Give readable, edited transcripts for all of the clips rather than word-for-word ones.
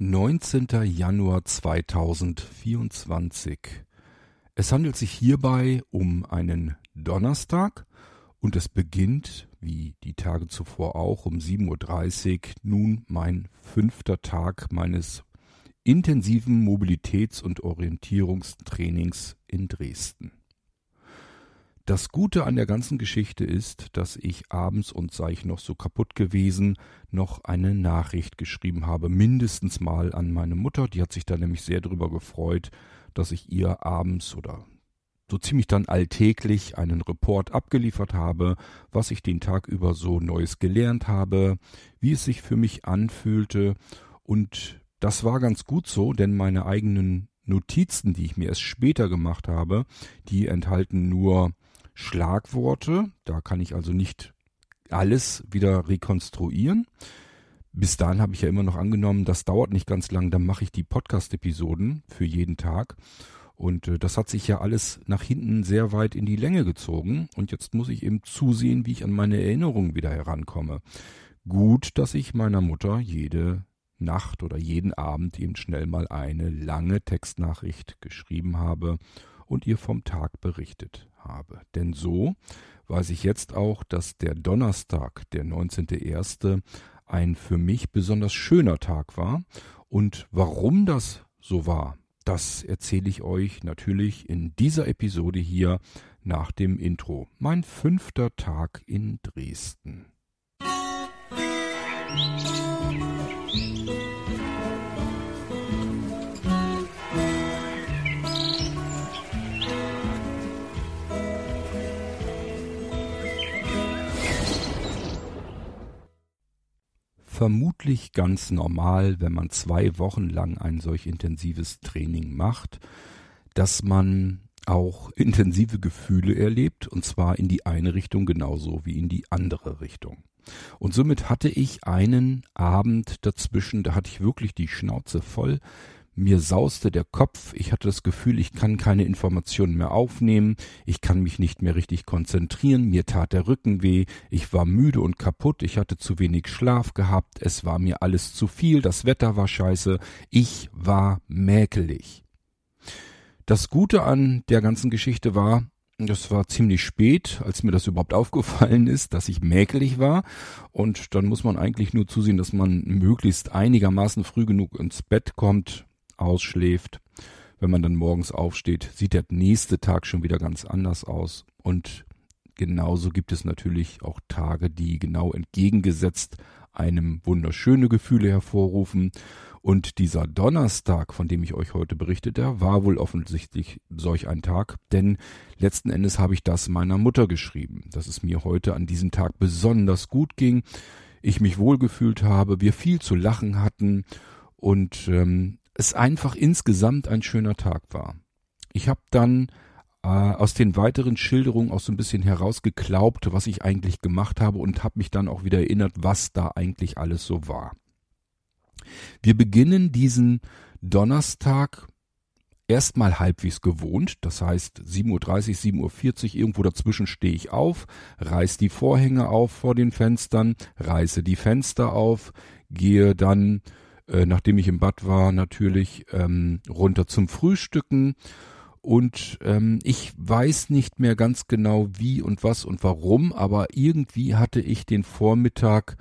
19. Januar 2024. Es handelt sich hierbei um einen Donnerstag und es beginnt, wie die Tage zuvor auch, um 7.30 Uhr nun mein 5. Tag meines intensiven Mobilitäts- und Orientierungstrainings in Dresden. Das Gute an der ganzen Geschichte ist, dass ich abends, und sei ich noch so kaputt gewesen, noch eine Nachricht geschrieben habe, mindestens mal an meine Mutter. Die hat sich da nämlich sehr drüber gefreut, dass ich ihr abends oder so ziemlich dann alltäglich einen Report abgeliefert habe, was ich den Tag über so Neues gelernt habe, wie es sich für mich anfühlte. Und das war ganz gut so, denn meine eigenen Notizen, die ich mir erst später gemacht habe, die enthalten nur Schlagworte, da kann ich also nicht alles wieder rekonstruieren. Bis dahin habe ich ja immer noch angenommen, das dauert nicht ganz lang, dann mache ich die Podcast-Episoden für jeden Tag. Und das hat sich ja alles nach hinten sehr weit in die Länge gezogen. Und jetzt muss ich eben zusehen, wie ich an meine Erinnerungen wieder herankomme. Gut, dass ich meiner Mutter jede Nacht oder jeden Abend eben schnell mal eine lange Textnachricht geschrieben habe und ihr vom Tag berichtet habe. Denn so weiß ich jetzt auch, dass der Donnerstag, der 19.01., ein für mich besonders schöner Tag war. Und warum das so war, das erzähle ich euch natürlich in dieser Episode hier nach dem Intro. Mein 5. Tag in Dresden. Vermutlich ganz normal, wenn man 2 Wochen lang ein solch intensives Training macht, dass man auch intensive Gefühle erlebt, und zwar in die eine Richtung genauso wie in die andere Richtung. Und somit hatte ich einen Abend dazwischen, da hatte ich wirklich die Schnauze voll. Mir sauste der Kopf, ich hatte das Gefühl, ich kann keine Informationen mehr aufnehmen, ich kann mich nicht mehr richtig konzentrieren, mir tat der Rücken weh, ich war müde und kaputt, ich hatte zu wenig Schlaf gehabt, es war mir alles zu viel, das Wetter war scheiße, ich war mäkelig. Das Gute an der ganzen Geschichte war, das war ziemlich spät, als mir das überhaupt aufgefallen ist, dass ich mäkelig war, und dann muss man eigentlich nur zusehen, dass man möglichst einigermaßen früh genug ins Bett kommt, ausschläft. Wenn man dann morgens aufsteht, sieht der nächste Tag schon wieder ganz anders aus. Und genauso gibt es natürlich auch Tage, die genau entgegengesetzt einem wunderschöne Gefühle hervorrufen. Und dieser Donnerstag, von dem ich euch heute berichtete, war wohl offensichtlich solch ein Tag, denn letzten Endes habe ich das meiner Mutter geschrieben, dass es mir heute an diesem Tag besonders gut ging, ich mich wohlgefühlt habe, wir viel zu lachen hatten und es einfach insgesamt ein schöner Tag war. Ich habe dann aus den weiteren Schilderungen auch so ein bisschen herausgeklaubt, was ich eigentlich gemacht habe, und habe mich dann auch wieder erinnert, was da eigentlich alles so war. Wir beginnen diesen Donnerstag erstmal halbwegs gewohnt, das heißt 7.30 Uhr, 7.40 Uhr, irgendwo dazwischen stehe ich auf, reiß die Vorhänge auf vor den Fenstern, reiße die Fenster auf, gehe dann, nachdem ich im Bad war, natürlich runter zum Frühstücken. Und ich weiß nicht mehr ganz genau wie und was und warum, aber irgendwie hatte ich den Vormittag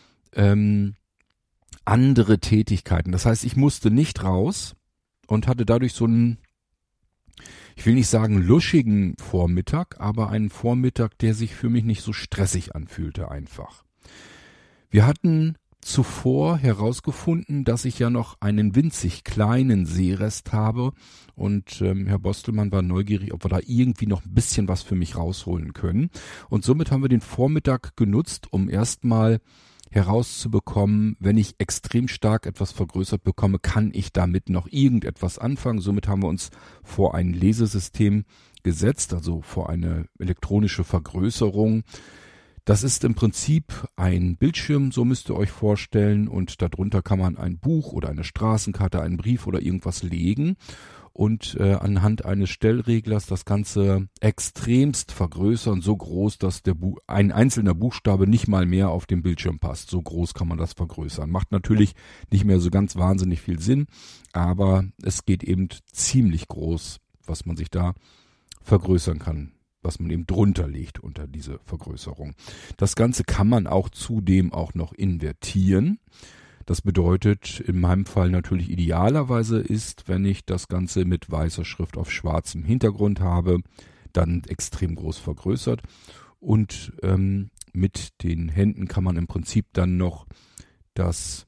andere Tätigkeiten. Das heißt, ich musste nicht raus und hatte dadurch so einen, ich will nicht sagen luschigen Vormittag, aber einen Vormittag, der sich für mich nicht so stressig anfühlte einfach. Wir hatten zuvor herausgefunden, dass ich ja noch einen winzig kleinen Seerest habe, und Herr Bostelmann war neugierig, ob wir da irgendwie noch ein bisschen was für mich rausholen können. Und somit haben wir den Vormittag genutzt, um erstmal herauszubekommen, wenn ich extrem stark etwas vergrößert bekomme, kann ich damit noch irgendetwas anfangen. Somit haben wir uns vor ein Lesesystem gesetzt, also vor eine elektronische Vergrößerung. Das ist im Prinzip ein Bildschirm, so müsst ihr euch vorstellen, und darunter kann man ein Buch oder eine Straßenkarte, einen Brief oder irgendwas legen und anhand eines Stellreglers das Ganze extremst vergrößern, so groß, dass ein einzelner Buchstabe nicht mal mehr auf dem Bildschirm passt. So groß kann man das vergrößern. Macht natürlich nicht mehr so ganz wahnsinnig viel Sinn, aber es geht eben ziemlich groß, was man sich da vergrößern kann, was man eben drunter legt unter diese Vergrößerung. Das Ganze kann man auch zudem auch noch invertieren. Das bedeutet, in meinem Fall natürlich idealerweise ist, wenn ich das Ganze mit weißer Schrift auf schwarzem Hintergrund habe, dann extrem groß vergrößert. Und mit den Händen kann man im Prinzip dann noch das,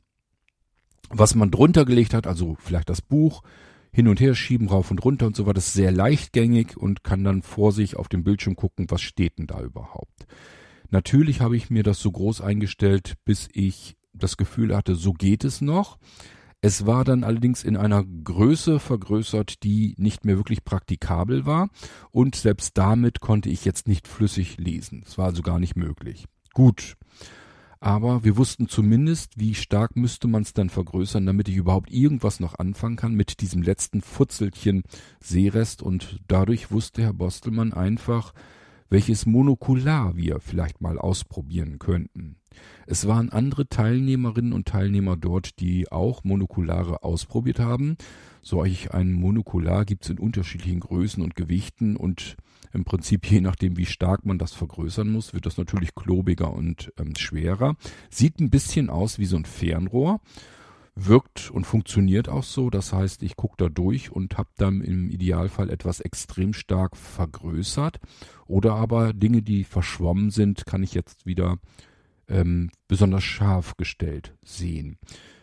was man drunter gelegt hat, also vielleicht das Buch, hin und her schieben, rauf und runter und so weiter. Das ist sehr leichtgängig und kann dann vor sich auf dem Bildschirm gucken, was steht denn da überhaupt. Natürlich habe ich mir das so groß eingestellt, bis ich das Gefühl hatte, so geht es noch. Es war dann allerdings in einer Größe vergrößert, die nicht mehr wirklich praktikabel war. Und selbst damit konnte ich jetzt nicht flüssig lesen. Es war also gar nicht möglich. Gut. Aber wir wussten zumindest, wie stark müsste man es dann vergrößern, damit ich überhaupt irgendwas noch anfangen kann mit diesem letzten Futzelchen Sehrest. Und dadurch wusste Herr Bostelmann einfach, welches Monokular wir vielleicht mal ausprobieren könnten. Es waren andere Teilnehmerinnen und Teilnehmer dort, die auch Monokulare ausprobiert haben. Solch ein Monokular gibt es in unterschiedlichen Größen und Gewichten und im Prinzip je nachdem, wie stark man das vergrößern muss, wird das natürlich klobiger und schwerer. Sieht ein bisschen aus wie so ein Fernrohr, wirkt und funktioniert auch so. Das heißt, ich gucke da durch und habe dann im Idealfall etwas extrem stark vergrößert. Oder aber Dinge, die verschwommen sind, kann ich jetzt wieder besonders scharf gestellt sehen.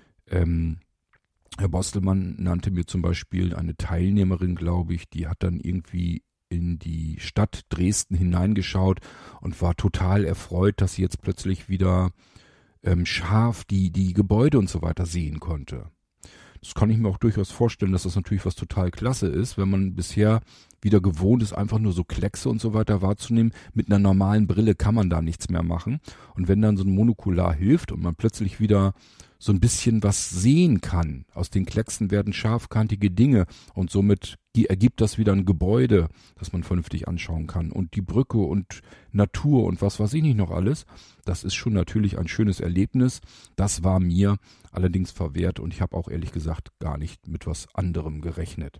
Herr Bostelmann nannte mir zum Beispiel eine Teilnehmerin, glaube ich, die hat dann irgendwie in die Stadt Dresden hineingeschaut und war total erfreut, dass sie jetzt plötzlich wieder scharf die Gebäude und so weiter sehen konnte. Das kann ich mir auch durchaus vorstellen, dass das natürlich was total klasse ist, wenn man bisher wieder gewohnt ist, einfach nur so Kleckse und so weiter wahrzunehmen. Mit einer normalen Brille kann man da nichts mehr machen. Und wenn dann so ein Monokular hilft und man plötzlich wieder so ein bisschen was sehen kann, aus den Klecksen werden scharfkantige Dinge und somit ergibt das wieder ein Gebäude, das man vernünftig anschauen kann. Und die Brücke und Natur und was weiß ich nicht noch alles, das ist schon natürlich ein schönes Erlebnis. Das war mir allerdings verwehrt und ich habe auch ehrlich gesagt gar nicht mit was anderem gerechnet.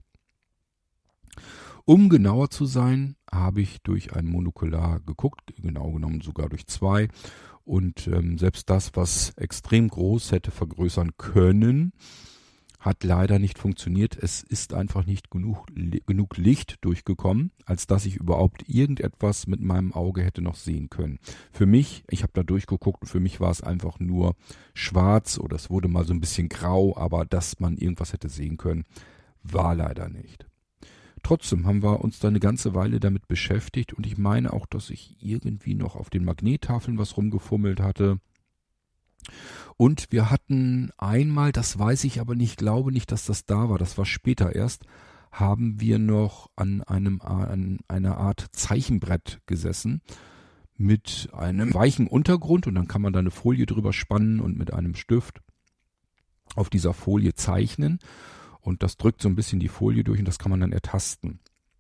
Um genauer zu sein, habe ich durch ein Monokular geguckt, genau genommen sogar durch zwei. Und selbst das, was extrem groß hätte vergrößern können, hat leider nicht funktioniert. Es ist einfach nicht genug Licht durchgekommen, als dass ich überhaupt irgendetwas mit meinem Auge hätte noch sehen können. Für mich, ich habe da durchgeguckt und für mich war es einfach nur schwarz oder es wurde mal so ein bisschen grau, aber dass man irgendwas hätte sehen können, war leider nicht. Trotzdem haben wir uns da eine ganze Weile damit beschäftigt und ich meine auch, dass ich irgendwie noch auf den Magnettafeln was rumgefummelt hatte. Und wir hatten einmal, das weiß ich aber nicht, glaube nicht, dass das da war, das war später erst, haben wir noch an einer Art Zeichenbrett gesessen mit einem weichen Untergrund und dann kann man da eine Folie drüber spannen und mit einem Stift auf dieser Folie zeichnen. Und das drückt so ein bisschen die Folie durch und das kann man dann ertasten.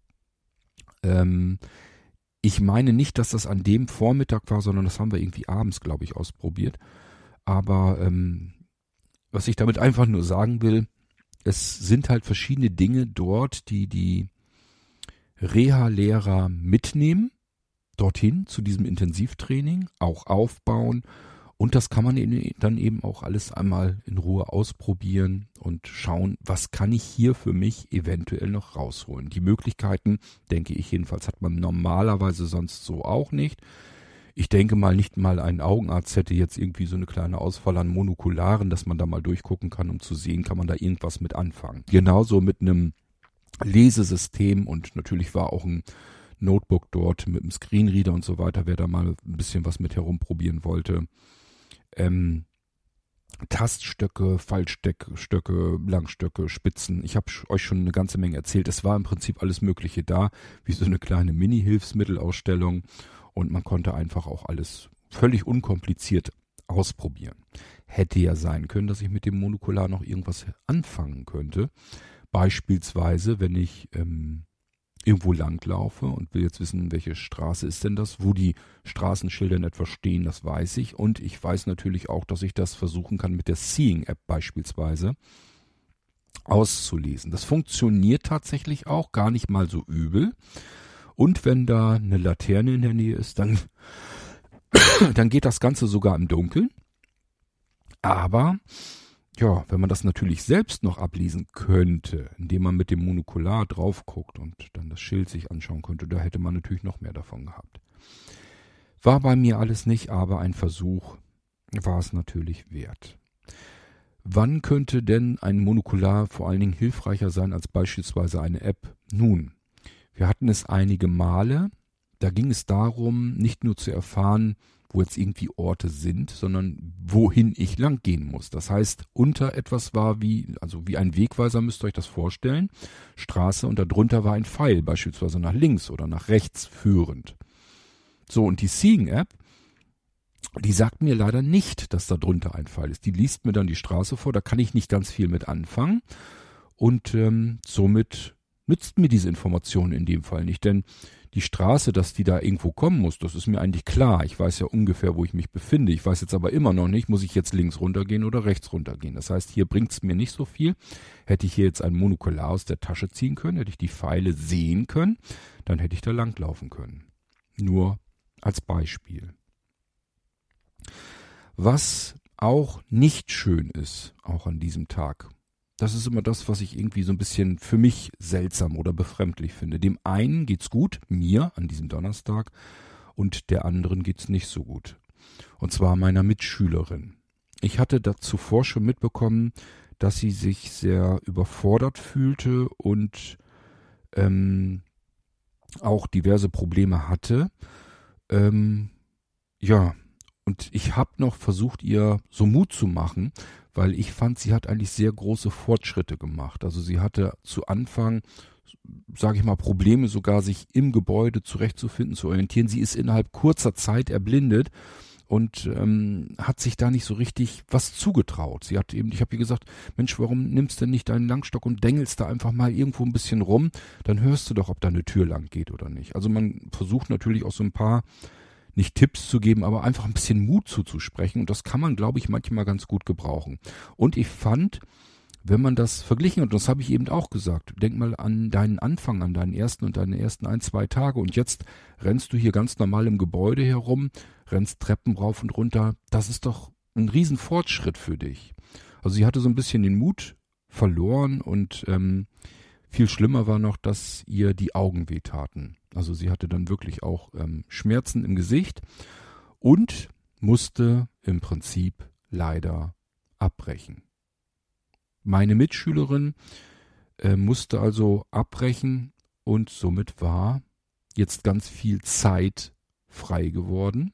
Ich meine nicht, dass das an dem Vormittag war, sondern das haben wir irgendwie abends, glaube ich, ausprobiert. Aber was ich damit einfach nur sagen will, es sind halt verschiedene Dinge dort, die Reha-Lehrer mitnehmen, dorthin zu diesem Intensivtraining, auch aufbauen. Und das kann man dann eben auch alles einmal in Ruhe ausprobieren und schauen, was kann ich hier für mich eventuell noch rausholen. Die Möglichkeiten, denke ich jedenfalls, hat man normalerweise sonst so auch nicht. Ich denke mal, nicht mal ein Augenarzt hätte jetzt irgendwie so eine kleine Auswahl an Monokularen, dass man da mal durchgucken kann, um zu sehen, kann man da irgendwas mit anfangen. Genauso mit einem Lesesystem und natürlich war auch ein Notebook dort mit einem Screenreader und so weiter, wer da mal ein bisschen was mit herumprobieren wollte. Taststöcke, Faltstöcke, Langstöcke, Spitzen. Ich habe euch schon eine ganze Menge erzählt. Es war im Prinzip alles Mögliche da, wie so eine kleine Mini-Hilfsmittelausstellung und man konnte einfach auch alles völlig unkompliziert ausprobieren. Hätte ja sein können, dass ich mit dem Monokular noch irgendwas anfangen könnte. Beispielsweise, wenn ich irgendwo langlaufe und will jetzt wissen, welche Straße ist denn das, wo die Straßenschilder in etwa stehen, das weiß ich. Und ich weiß natürlich auch, dass ich das versuchen kann mit der Seeing-App beispielsweise auszulesen. Das funktioniert tatsächlich auch gar nicht mal so übel. Und wenn da eine Laterne in der Nähe ist, dann geht das Ganze sogar im Dunkeln. Aber ja, wenn man das natürlich selbst noch ablesen könnte, indem man mit dem Monokular drauf guckt und dann das Schild sich anschauen könnte, da hätte man natürlich noch mehr davon gehabt. War bei mir alles nicht, aber ein Versuch war es natürlich wert. Wann könnte denn ein Monokular vor allen Dingen hilfreicher sein als beispielsweise eine App? Nun, wir hatten es einige Male. Da ging es darum, nicht nur zu erfahren, wo jetzt irgendwie Orte sind, sondern wohin ich lang gehen muss. Das heißt, unter etwas war wie ein Wegweiser, müsst ihr euch das vorstellen, Straße, und darunter war ein Pfeil, beispielsweise nach links oder nach rechts führend. So, und die Seeing-App, die sagt mir leider nicht, dass da drunter ein Pfeil ist. Die liest mir dann die Straße vor, da kann ich nicht ganz viel mit anfangen. Und somit nützt mir diese Information in dem Fall nicht, denn die Straße, dass die da irgendwo kommen muss, das ist mir eigentlich klar. Ich weiß ja ungefähr, wo ich mich befinde. Ich weiß jetzt aber immer noch nicht, muss ich jetzt links runtergehen oder rechts runtergehen. Das heißt, hier bringt es mir nicht so viel. Hätte ich hier jetzt ein Monokular aus der Tasche ziehen können, hätte ich die Pfeile sehen können, dann hätte ich da langlaufen können. Nur als Beispiel. Was auch nicht schön ist, auch an diesem Tag, das ist immer das, was ich irgendwie so ein bisschen für mich seltsam oder befremdlich finde. Dem einen geht's gut, mir an diesem Donnerstag, und der anderen geht's nicht so gut. Und zwar meiner Mitschülerin. Ich hatte da zuvor schon mitbekommen, dass sie sich sehr überfordert fühlte und auch diverse Probleme hatte. Ja, und ich habe noch versucht, ihr so Mut zu machen, weil ich fand, sie hat eigentlich sehr große Fortschritte gemacht. Also sie hatte zu Anfang, sage ich mal, Probleme sogar, sich im Gebäude zurechtzufinden, zu orientieren. Sie ist innerhalb kurzer Zeit erblindet und hat sich da nicht so richtig was zugetraut. Sie hat eben, ich habe ihr gesagt, Mensch, warum nimmst du denn nicht deinen Langstock und dengelst da einfach mal irgendwo ein bisschen rum? Dann hörst du doch, ob da eine Tür lang geht oder nicht. Also man versucht natürlich auch so ein paar, nicht Tipps zu geben, aber einfach ein bisschen Mut zuzusprechen. Und das kann man, glaube ich, manchmal ganz gut gebrauchen. Und ich fand, wenn man das verglichen, und das habe ich eben auch gesagt, denk mal an deinen Anfang, an deinen ersten und deine ersten 1-2 Tage. Und jetzt rennst du hier ganz normal im Gebäude herum, rennst Treppen rauf und runter. Das ist doch ein Riesenfortschritt für dich. Also sie hatte so ein bisschen den Mut verloren und viel schlimmer war noch, dass ihr die Augen wehtaten. Also sie hatte dann wirklich auch Schmerzen im Gesicht und musste im Prinzip leider abbrechen. Meine Mitschülerin musste also abbrechen und somit war jetzt ganz viel Zeit frei geworden.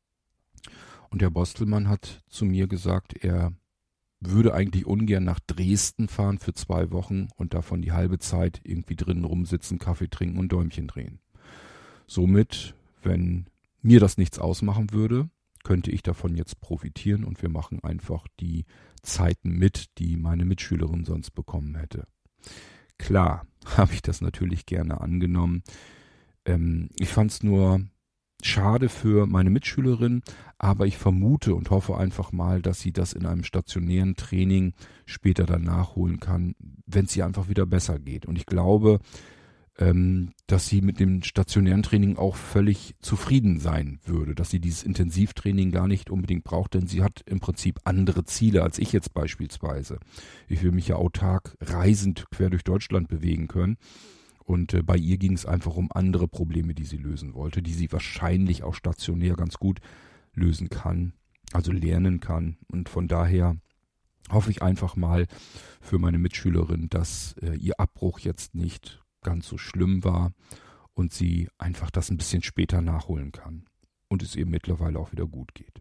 Und der Bostelmann hat zu mir gesagt, er würde eigentlich ungern nach Dresden fahren für 2 Wochen und davon die halbe Zeit irgendwie drinnen rumsitzen, Kaffee trinken und Däumchen drehen. Somit, wenn mir das nichts ausmachen würde, könnte ich davon jetzt profitieren und wir machen einfach die Zeiten mit, die meine Mitschülerin sonst bekommen hätte. Klar, habe ich das natürlich gerne angenommen. Ich fand es nur schade für meine Mitschülerin, aber ich vermute und hoffe einfach mal, dass sie das in einem stationären Training später dann nachholen kann, wenn es ihr einfach wieder besser geht. Und ich glaube, dass sie mit dem stationären Training auch völlig zufrieden sein würde, dass sie dieses Intensivtraining gar nicht unbedingt braucht, denn sie hat im Prinzip andere Ziele als ich jetzt beispielsweise. Ich will mich ja autark reisend quer durch Deutschland bewegen können. Und bei ihr ging es einfach um andere Probleme, die sie lösen wollte, die sie wahrscheinlich auch stationär ganz gut lösen kann, also lernen kann. Und von daher hoffe ich einfach mal für meine Mitschülerin, dass ihr Abbruch jetzt nicht ganz so schlimm war und sie einfach das ein bisschen später nachholen kann und es ihr mittlerweile auch wieder gut geht.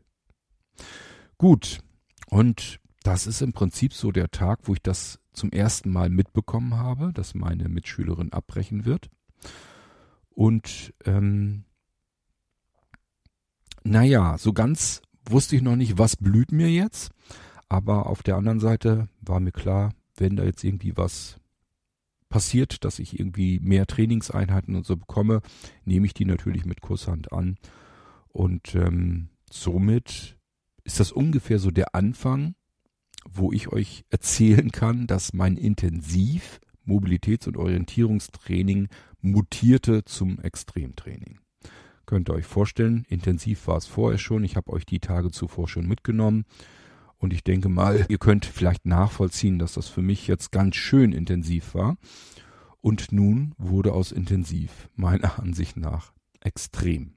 Gut, und das ist im Prinzip so der Tag, wo ich das zum ersten Mal mitbekommen habe, dass meine Mitschülerin abbrechen wird. Und naja, so ganz wusste ich noch nicht, was blüht mir jetzt. Aber auf der anderen Seite war mir klar, wenn da jetzt irgendwie was passiert, dass ich irgendwie mehr Trainingseinheiten und so bekomme, nehme ich die natürlich mit Kusshand an. Und somit ist das ungefähr so der Anfang, wo ich euch erzählen kann, dass mein Intensiv Mobilitäts- und Orientierungstraining mutierte zum Extremtraining. Könnt ihr euch vorstellen, intensiv war es vorher schon. Ich habe euch die Tage zuvor schon mitgenommen. Und ich denke mal, ihr könnt vielleicht nachvollziehen, dass das für mich jetzt ganz schön intensiv war. Und nun wurde aus intensiv meiner Ansicht nach extrem.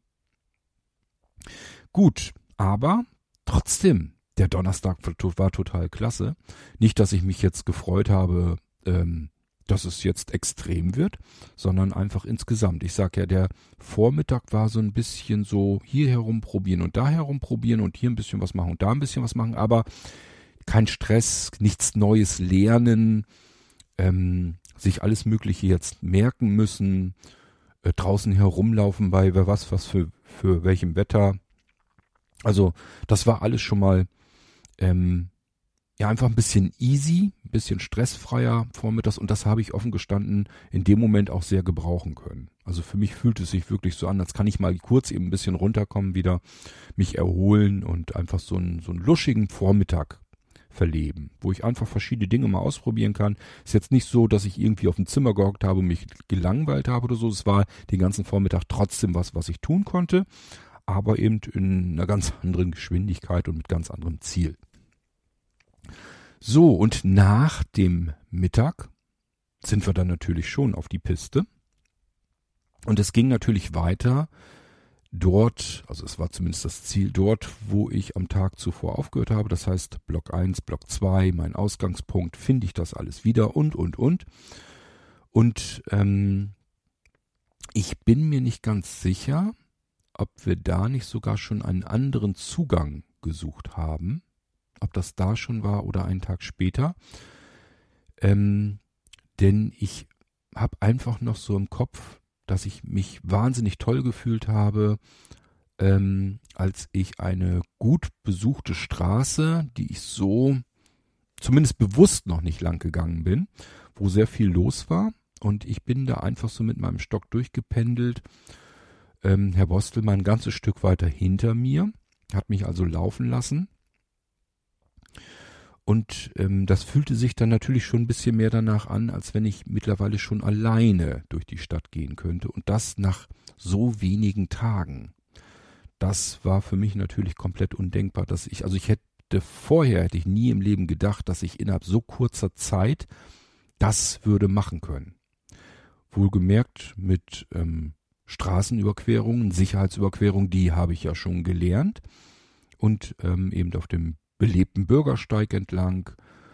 Gut, aber trotzdem, der Donnerstag war total klasse. Nicht, dass ich mich jetzt gefreut habe, dass es jetzt extrem wird, sondern einfach insgesamt. Ich sag ja, der Vormittag war so ein bisschen so hier herum probieren und da herum probieren und hier ein bisschen was machen und da ein bisschen was machen, aber kein Stress, nichts Neues lernen, sich alles Mögliche jetzt merken müssen, draußen herumlaufen bei wer was für welchem Wetter. Also das war alles schon mal ja, einfach ein bisschen easy, ein bisschen stressfreier vormittags und das habe ich offen gestanden in dem Moment auch sehr gebrauchen können. Also für mich fühlt es sich wirklich so an, als kann ich mal kurz eben ein bisschen runterkommen, wieder mich erholen und einfach so einen luschigen Vormittag verleben, wo ich einfach verschiedene Dinge mal ausprobieren kann. Ist jetzt nicht so, dass ich irgendwie auf dem Zimmer gehockt habe und mich gelangweilt habe oder so. Es war den ganzen Vormittag trotzdem was ich tun konnte, aber eben in einer ganz anderen Geschwindigkeit und mit ganz anderem Ziel. So, und nach dem Mittag sind wir dann natürlich schon auf die Piste. Und es ging natürlich weiter dort, also es war zumindest das Ziel dort, wo ich am Tag zuvor aufgehört habe. Das heißt Block 1, Block 2, mein Ausgangspunkt, finde ich das alles wieder und. Und ich bin mir nicht ganz sicher, ob wir da nicht sogar schon einen anderen Zugang gesucht haben. Ob das da schon war oder einen Tag später. Denn ich habe einfach noch so im Kopf, dass ich mich wahnsinnig toll gefühlt habe, als ich eine gut besuchte Straße, die ich so zumindest bewusst noch nicht lang gegangen bin, wo sehr viel los war. Und ich bin da einfach so mit meinem Stock durchgependelt. Herr Bostelmann ein ganzes Stück weiter hinter mir, hat mich also laufen lassen. Und das fühlte sich dann natürlich schon ein bisschen mehr danach an, als wenn ich mittlerweile schon alleine durch die Stadt gehen könnte. Und das nach so wenigen Tagen. Das war für mich natürlich komplett undenkbar, dass ich hätte ich nie im Leben gedacht, dass ich innerhalb so kurzer Zeit das würde machen können. Wohlgemerkt mit Straßenüberquerungen, Sicherheitsüberquerungen, die habe ich ja schon gelernt. Und eben auf dem belebten Bürgersteig entlang,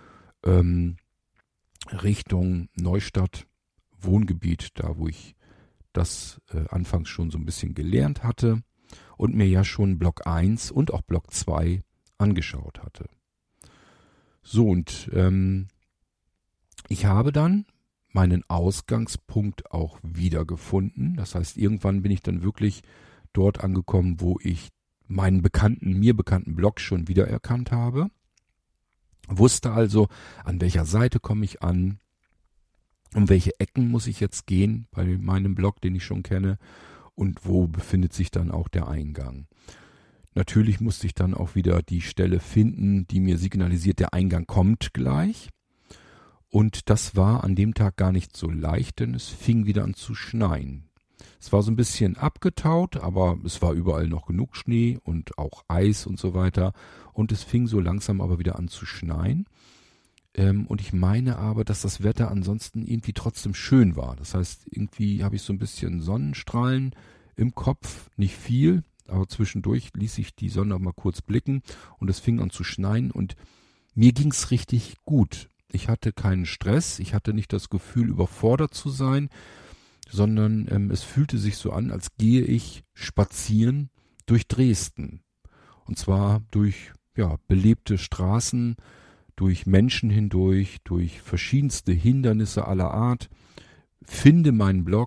Richtung Neustadt, Wohngebiet, da wo ich das anfangs schon so ein bisschen gelernt hatte und mir ja schon Block 1 und auch Block 2 angeschaut hatte. So, und ich habe dann meinen Ausgangspunkt auch wiedergefunden. Das heißt, irgendwann bin ich dann wirklich dort angekommen, wo ich meinen mir bekannten Block schon wiedererkannt habe. Wusste also, an welcher Seite komme ich an, um welche Ecken muss ich jetzt gehen bei meinem Block, den ich schon kenne, und wo befindet sich dann auch der Eingang. Natürlich musste ich dann auch wieder die Stelle finden, die mir signalisiert, der Eingang kommt gleich. Und das war an dem Tag gar nicht so leicht, denn es fing wieder an zu schneien. Es war so ein bisschen abgetaut, aber es war überall noch genug Schnee und auch Eis und so weiter. Und es fing so langsam aber wieder an zu schneien. Und ich meine aber, dass das Wetter ansonsten irgendwie trotzdem schön war. Das heißt, irgendwie habe ich so ein bisschen Sonnenstrahlen im Kopf, nicht viel, aber zwischendurch ließ ich die Sonne auch mal kurz blicken und es fing an zu schneien und mir ging's richtig gut. Ich hatte keinen Stress, ich hatte nicht das Gefühl, überfordert zu sein, sondern es fühlte sich so an, als gehe ich spazieren durch Dresden. Und zwar durch belebte Straßen, durch Menschen hindurch, durch verschiedenste Hindernisse aller Art. Finde meinen Block,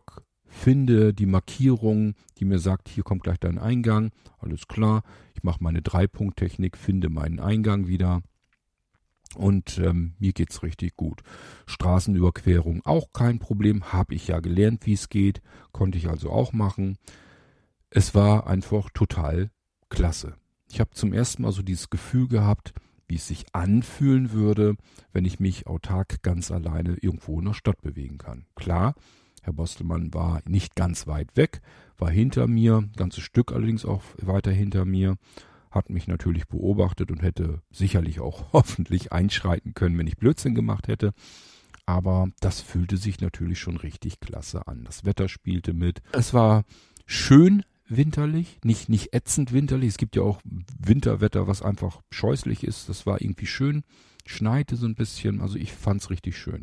finde die Markierung, die mir sagt, hier kommt gleich dein Eingang. Alles klar, ich mache meine 3-Punkt-Technik, finde meinen Eingang wieder. Und mir geht's richtig gut. Straßenüberquerung auch kein Problem, habe ich ja gelernt, wie es geht, konnte ich also auch machen. Es war einfach total klasse. Ich habe zum ersten Mal so dieses Gefühl gehabt, wie es sich anfühlen würde, wenn ich mich autark ganz alleine irgendwo in der Stadt bewegen kann. Klar, Herr Bostelmann war nicht ganz weit weg, war hinter mir, ein ganzes Stück allerdings auch weiter hinter mir, hat mich natürlich beobachtet und hätte sicherlich auch hoffentlich einschreiten können, wenn ich Blödsinn gemacht hätte. Aber das fühlte sich natürlich schon richtig klasse an. Das Wetter spielte mit. Es war schön winterlich, nicht ätzend winterlich. Es gibt ja auch Winterwetter, was einfach scheußlich ist. Das war irgendwie schön, schneite so ein bisschen. Also ich fand's richtig schön.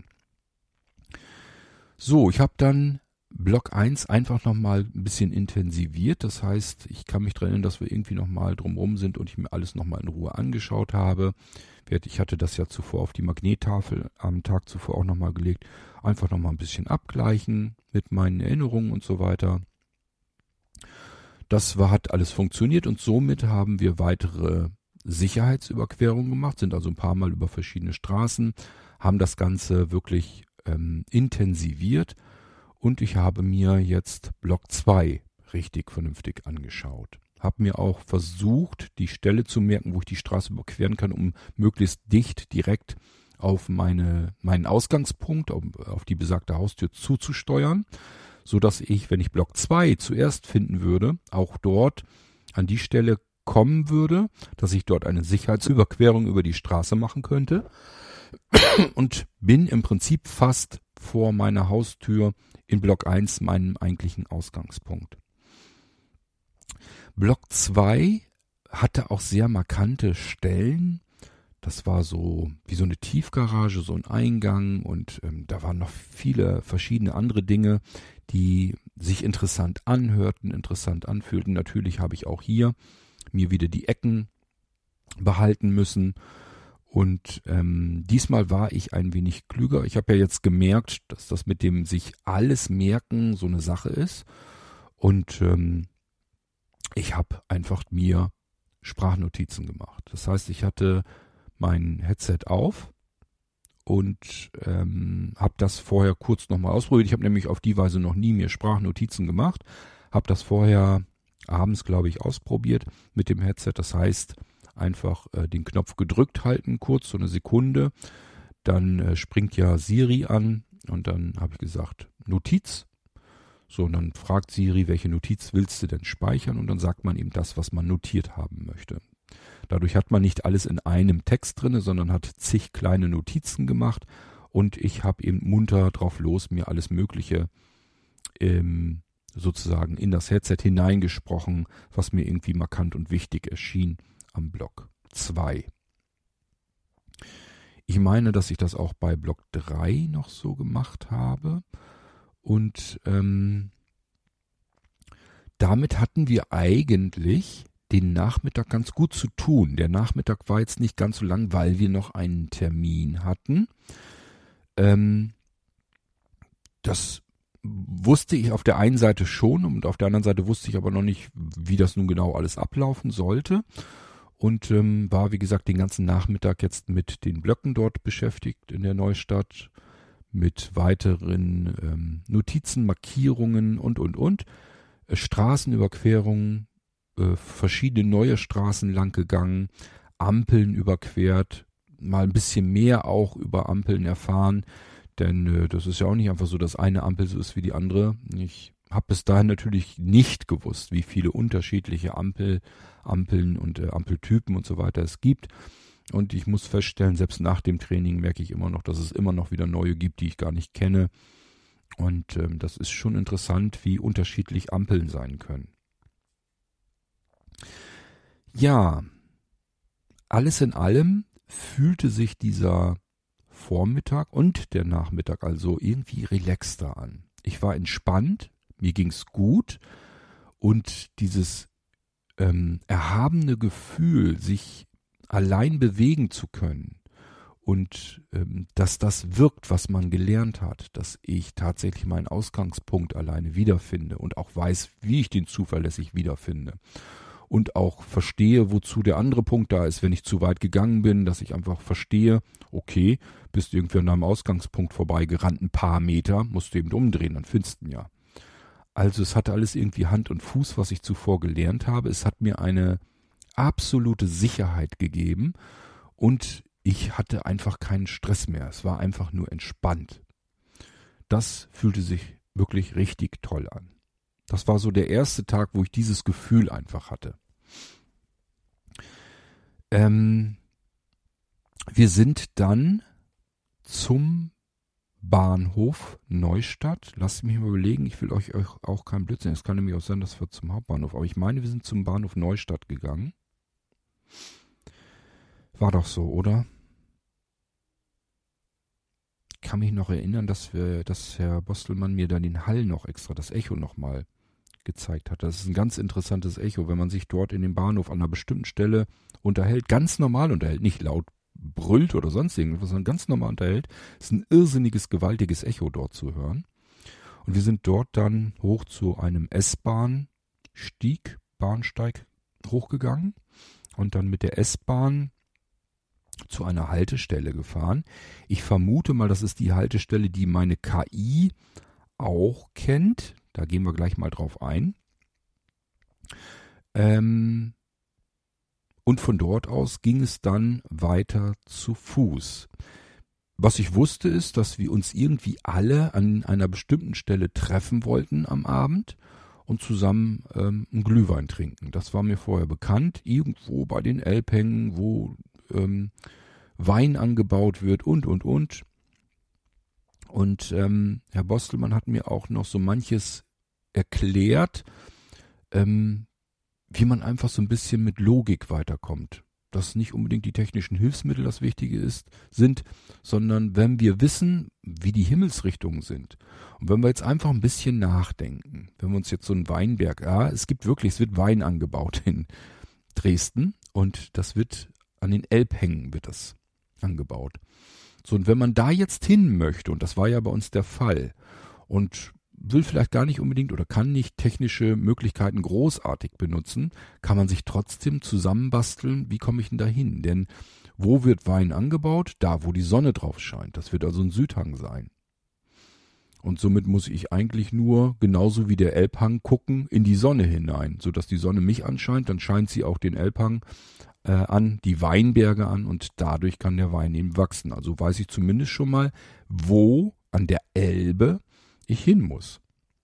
So, ich habe dann Block 1 einfach nochmal ein bisschen intensiviert. Das heißt, ich kann mich daran erinnern, dass wir irgendwie nochmal drumherum sind und ich mir alles nochmal in Ruhe angeschaut habe. Ich hatte das ja zuvor auf die Magnettafel am Tag zuvor auch nochmal gelegt. Einfach nochmal ein bisschen abgleichen mit meinen Erinnerungen und so weiter. Hat alles funktioniert und somit haben wir weitere Sicherheitsüberquerungen gemacht, sind also ein paar Mal über verschiedene Straßen, haben das Ganze wirklich intensiviert und ich habe mir jetzt Block 2 richtig vernünftig angeschaut. Habe mir auch versucht, die Stelle zu merken, wo ich die Straße überqueren kann, um möglichst dicht direkt auf meinen Ausgangspunkt, auf die besagte Haustür zuzusteuern, so dass ich, wenn ich Block 2 zuerst finden würde, auch dort an die Stelle kommen würde, dass ich dort eine Sicherheitsüberquerung über die Straße machen könnte und bin im Prinzip fast vor meiner Haustür in Block 1, meinem eigentlichen Ausgangspunkt. Block 2 hatte auch sehr markante Stellen. Das war so wie so eine Tiefgarage, so ein Eingang und da waren noch viele verschiedene andere Dinge, die sich interessant anhörten, interessant anfühlten. Natürlich habe ich auch hier mir wieder die Ecken behalten müssen und diesmal war ich ein wenig klüger. Ich habe ja jetzt gemerkt, dass das mit dem sich alles merken so eine Sache ist und ich habe einfach mir Sprachnotizen gemacht. Das heißt, ich hatte mein Headset auf und habe das vorher kurz nochmal ausprobiert. Ich habe nämlich auf die Weise noch nie mir Sprachnotizen gemacht. Habe das vorher abends, glaube ich, ausprobiert mit dem Headset. Das heißt, einfach den Knopf gedrückt halten, kurz, so eine Sekunde. Dann springt ja Siri an und dann habe ich gesagt, Notiz. So, und dann fragt Siri, welche Notiz willst du denn speichern? Und dann sagt man eben das, was man notiert haben möchte. Dadurch hat man nicht alles in einem Text drinne, sondern hat zig kleine Notizen gemacht. Und ich habe eben munter drauf los, mir alles Mögliche sozusagen in das Headset hineingesprochen, was mir irgendwie markant und wichtig erschien am Block 2. Ich meine, dass ich das auch bei Block 3 noch so gemacht habe. Und damit hatten wir eigentlich den Nachmittag ganz gut zu tun. Der Nachmittag war jetzt nicht ganz so lang, weil wir noch einen Termin hatten. Das wusste ich auf der einen Seite schon und auf der anderen Seite wusste ich aber noch nicht, wie das nun genau alles ablaufen sollte. Und war, wie gesagt, den ganzen Nachmittag jetzt mit den Blöcken dort beschäftigt in der Neustadt, mit weiteren Notizen, Markierungen und. Straßenüberquerungen, verschiedene neue Straßen lang gegangen, Ampeln überquert, mal ein bisschen mehr auch über Ampeln erfahren, denn das ist ja auch nicht einfach so, dass eine Ampel so ist wie die andere. Ich habe bis dahin natürlich nicht gewusst, wie viele unterschiedliche Ampeln und Ampeltypen und so weiter es gibt. Und ich muss feststellen, selbst nach dem Training merke ich immer noch, dass es immer noch wieder neue gibt, die ich gar nicht kenne. Und das ist schon interessant, wie unterschiedlich Ampeln sein können. Ja, alles in allem fühlte sich dieser Vormittag und der Nachmittag also irgendwie relaxter an. Ich war entspannt, mir ging's gut und dieses erhabene Gefühl, sich allein bewegen zu können und dass das wirkt, was man gelernt hat, dass ich tatsächlich meinen Ausgangspunkt alleine wiederfinde und auch weiß, wie ich den zuverlässig wiederfinde. Und auch verstehe, wozu der andere Punkt da ist, wenn ich zu weit gegangen bin, dass ich einfach verstehe, okay, bist du irgendwie an deinem Ausgangspunkt vorbeigerannt, ein paar Meter, musst du eben umdrehen, dann findest du ihn ja. Also es hatte alles irgendwie Hand und Fuß, was ich zuvor gelernt habe. Es hat mir eine absolute Sicherheit gegeben und ich hatte einfach keinen Stress mehr. Es war einfach nur entspannt. Das fühlte sich wirklich richtig toll an. Das war so der erste Tag, wo ich dieses Gefühl einfach hatte. Wir sind dann zum Bahnhof Neustadt. Lasst mich mal überlegen, ich will euch auch keinen Blödsinn. Es kann nämlich auch sein, dass wir zum Hauptbahnhof. Aber ich meine, wir sind zum Bahnhof Neustadt gegangen. War doch so, oder? Ich kann mich noch erinnern, dass Herr Bostelmann mir dann den Hall noch extra, das Echo nochmal gezeigt hat. Das ist ein ganz interessantes Echo, wenn man sich dort in dem Bahnhof an einer bestimmten Stelle unterhält, ganz normal unterhält, nicht laut brüllt oder sonst irgendwas, sondern ganz normal unterhält, ist ein irrsinniges, gewaltiges Echo dort zu hören. Und wir sind dort dann hoch zu einem Bahnsteig hochgegangen und dann mit der S-Bahn zu einer Haltestelle gefahren. Ich vermute mal, das ist die Haltestelle, die meine KI auch kennt. Da gehen wir gleich mal drauf ein. Und von dort aus ging es dann weiter zu Fuß. Was ich wusste ist, dass wir uns irgendwie alle an einer bestimmten Stelle treffen wollten am Abend und zusammen einen Glühwein trinken. Das war mir vorher bekannt. Irgendwo bei den Elbhängen, wo Wein angebaut wird und. Und Herr Bostelmann hat mir auch noch so manches erklärt, wie man einfach so ein bisschen mit Logik weiterkommt. Dass nicht unbedingt die technischen Hilfsmittel das Wichtige sind, sondern wenn wir wissen, wie die Himmelsrichtungen sind. Und wenn wir jetzt einfach ein bisschen nachdenken, wenn wir uns jetzt so einen Weinberg, es wird Wein angebaut in Dresden und das wird an den Elbhängen wird das angebaut. So, und wenn man da jetzt hin möchte, und das war ja bei uns der Fall, und will vielleicht gar nicht unbedingt oder kann nicht technische Möglichkeiten großartig benutzen, kann man sich trotzdem zusammenbasteln, wie komme ich denn da hin? Denn wo wird Wein angebaut? Da, wo die Sonne drauf scheint. Das wird also ein Südhang sein. Und somit muss ich eigentlich nur, genauso wie der Elbhang, gucken in die Sonne hinein, sodass die Sonne mich anscheint, dann scheint sie auch den Elbhang an, die Weinberge an und dadurch kann der Wein eben wachsen. Also weiß ich zumindest schon mal, wo an der Elbe ich hin muss.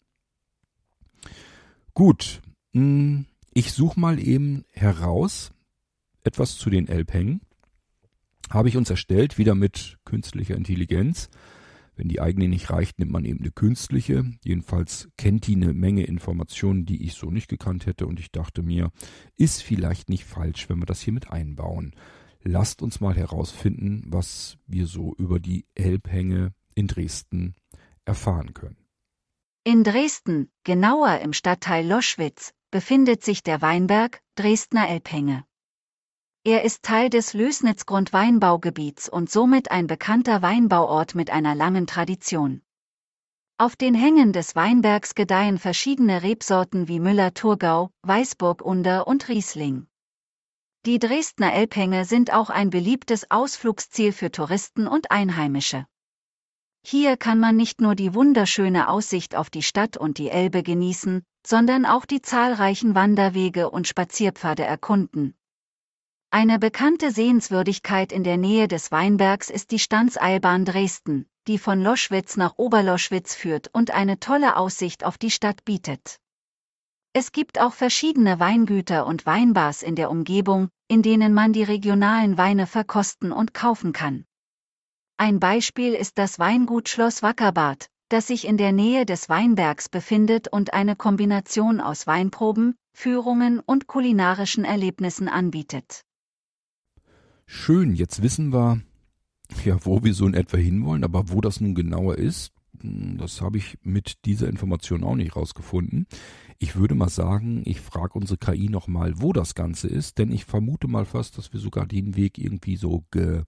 Gut, ich suche mal eben heraus etwas zu den Elbhängen. Habe ich uns erstellt, wieder mit künstlicher Intelligenz. Wenn die eigene nicht reicht, nimmt man eben eine künstliche. Jedenfalls kennt die eine Menge Informationen, die ich so nicht gekannt hätte. Und ich dachte mir, ist vielleicht nicht falsch, wenn wir das hier mit einbauen. Lasst uns mal herausfinden, was wir so über die Elbhänge in Dresden erfahren können. In Dresden, genauer im Stadtteil Loschwitz, befindet sich der Weinberg Dresdner Elbhänge. Er ist Teil des Lößnitz-Grundweinbaugebiets und somit ein bekannter Weinbauort mit einer langen Tradition. Auf den Hängen des Weinbergs gedeihen verschiedene Rebsorten wie Müller-Thurgau, Weißburgunder und Riesling. Die Dresdner Elbhänge sind auch ein beliebtes Ausflugsziel für Touristen und Einheimische. Hier kann man nicht nur die wunderschöne Aussicht auf die Stadt und die Elbe genießen, sondern auch die zahlreichen Wanderwege und Spazierpfade erkunden. Eine bekannte Sehenswürdigkeit in der Nähe des Weinbergs ist die Standseilbahn Dresden, die von Loschwitz nach Oberloschwitz führt und eine tolle Aussicht auf die Stadt bietet. Es gibt auch verschiedene Weingüter und Weinbars in der Umgebung, in denen man die regionalen Weine verkosten und kaufen kann. Ein Beispiel ist das Weingut Schloss Wackerbad, das sich in der Nähe des Weinbergs befindet und eine Kombination aus Weinproben, Führungen und kulinarischen Erlebnissen anbietet. Schön, jetzt wissen wir, ja, wo wir so in etwa hinwollen, aber wo das nun genauer ist, das habe ich mit dieser Information auch nicht rausgefunden. Ich würde mal sagen, ich frage unsere KI nochmal, wo das Ganze ist, denn ich vermute mal fast, dass wir sogar den Weg irgendwie so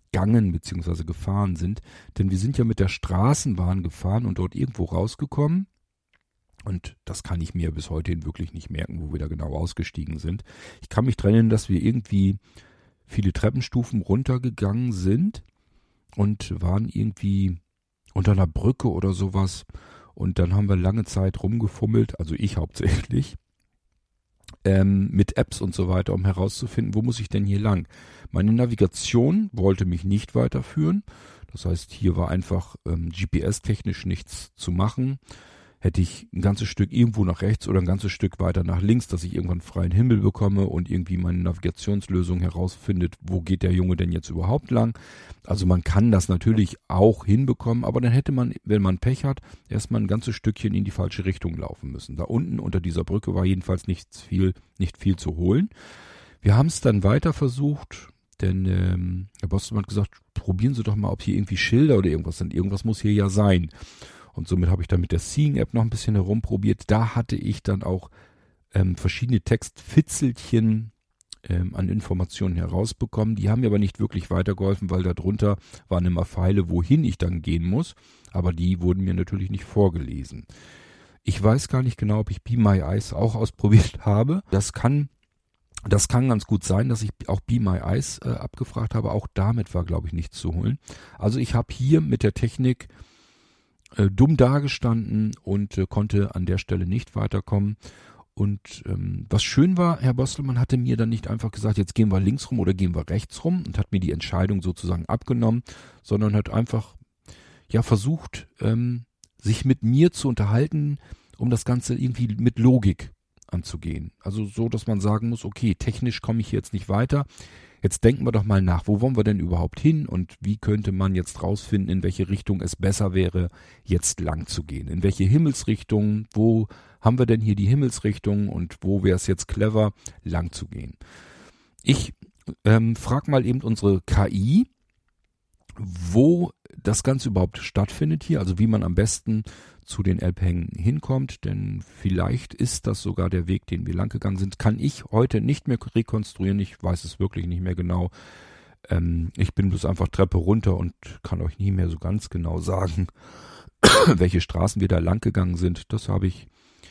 gegangen bzw. gefahren sind. Denn wir sind ja mit der Straßenbahn gefahren und dort irgendwo rausgekommen. Und das kann ich mir bis heute wirklich nicht merken, wo wir da genau ausgestiegen sind. Ich kann mich dran erinnern, dass wir irgendwie viele Treppenstufen runtergegangen sind und waren irgendwie unter einer Brücke oder sowas. Und dann haben wir lange Zeit rumgefummelt, also ich hauptsächlich, mit Apps und so weiter, um herauszufinden, wo muss ich denn hier lang. Meine Navigation wollte mich nicht weiterführen. Das heißt, hier war einfach GPS-technisch nichts zu machen. Hätte ich ein ganzes Stück irgendwo nach rechts oder ein ganzes Stück weiter nach links, dass ich irgendwann freien Himmel bekomme und irgendwie meine Navigationslösung herausfindet, wo geht der Junge denn jetzt überhaupt lang. Also man kann das natürlich auch hinbekommen, aber dann hätte man, wenn man Pech hat, erstmal ein ganzes Stückchen in die falsche Richtung laufen müssen. Da unten unter dieser Brücke war jedenfalls nicht viel zu holen. Wir haben es dann weiter versucht, denn Herr Bostelmann hat gesagt, probieren Sie doch mal, ob hier irgendwie Schilder oder irgendwas sind. Irgendwas muss hier ja sein. Und somit habe ich dann mit der Seeing-App noch ein bisschen herumprobiert. Da hatte ich dann auch verschiedene Textfitzelchen an Informationen herausbekommen. Die haben mir aber nicht wirklich weitergeholfen, weil darunter waren immer Pfeile, wohin ich dann gehen muss. Aber die wurden mir natürlich nicht vorgelesen. Ich weiß gar nicht genau, ob ich Be My Eyes auch ausprobiert habe. Das kann ganz gut sein, dass ich auch Be My Eyes abgefragt habe. Auch damit war, glaube ich, nichts zu holen. Also ich habe hier mit der Technik dumm dagestanden und konnte an der Stelle nicht weiterkommen. Und was schön war, Herr Bostelmann hatte mir dann nicht einfach gesagt, jetzt gehen wir links rum oder gehen wir rechts rum und hat mir die Entscheidung sozusagen abgenommen, sondern hat einfach versucht, sich mit mir zu unterhalten, um das Ganze irgendwie mit Logik anzugehen. Also so, dass man sagen muss, okay, technisch komme ich jetzt nicht weiter. Jetzt denken wir doch mal nach, wo wollen wir denn überhaupt hin und wie könnte man jetzt rausfinden, in welche Richtung es besser wäre, jetzt lang zu gehen? In welche Himmelsrichtung, wo haben wir denn hier die Himmelsrichtung und wo wäre es jetzt clever, lang zu gehen? Ich frage mal eben unsere KI, wo das Ganze überhaupt stattfindet hier, also wie man am besten zu den Elbhängen hinkommt, denn vielleicht ist das sogar der Weg, den wir lang gegangen sind. Kann ich heute nicht mehr rekonstruieren, ich weiß es wirklich nicht mehr genau. Ich bin bloß einfach Treppe runter und kann euch nie mehr so ganz genau sagen, welche Straßen wir da lang gegangen sind. Das habe ich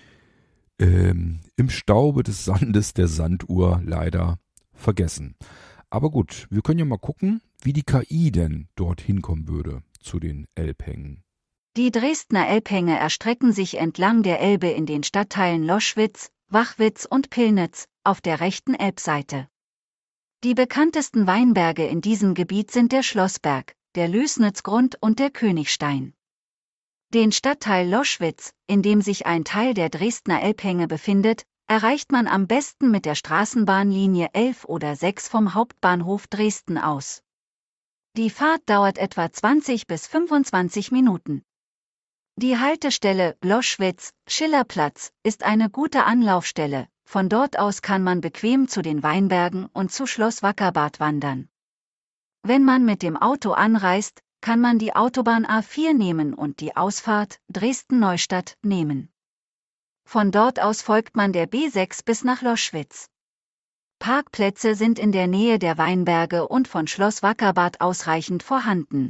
im Staube des Sandes der Sanduhr leider vergessen. Aber gut, wir können ja mal gucken, wie die KI denn dort hinkommen würde zu den Elbhängen. Die Dresdner Elbhänge erstrecken sich entlang der Elbe in den Stadtteilen Loschwitz, Wachwitz und Pillnitz auf der rechten Elbseite. Die bekanntesten Weinberge in diesem Gebiet sind der Schlossberg, der Lößnitzgrund und der Königstein. Den Stadtteil Loschwitz, in dem sich ein Teil der Dresdner Elbhänge befindet, erreicht man am besten mit der Straßenbahnlinie 11 oder 6 vom Hauptbahnhof Dresden aus. Die Fahrt dauert etwa 20 bis 25 Minuten. Die Haltestelle Loschwitz-Schillerplatz ist eine gute Anlaufstelle, von dort aus kann man bequem zu den Weinbergen und zu Schloss Wackerbarth wandern. Wenn man mit dem Auto anreist, kann man die Autobahn A4 nehmen und die Ausfahrt Dresden-Neustadt nehmen. Von dort aus folgt man der B6 bis nach Loschwitz. Parkplätze sind in der Nähe der Weinberge und von Schloss Wackerbarth ausreichend vorhanden.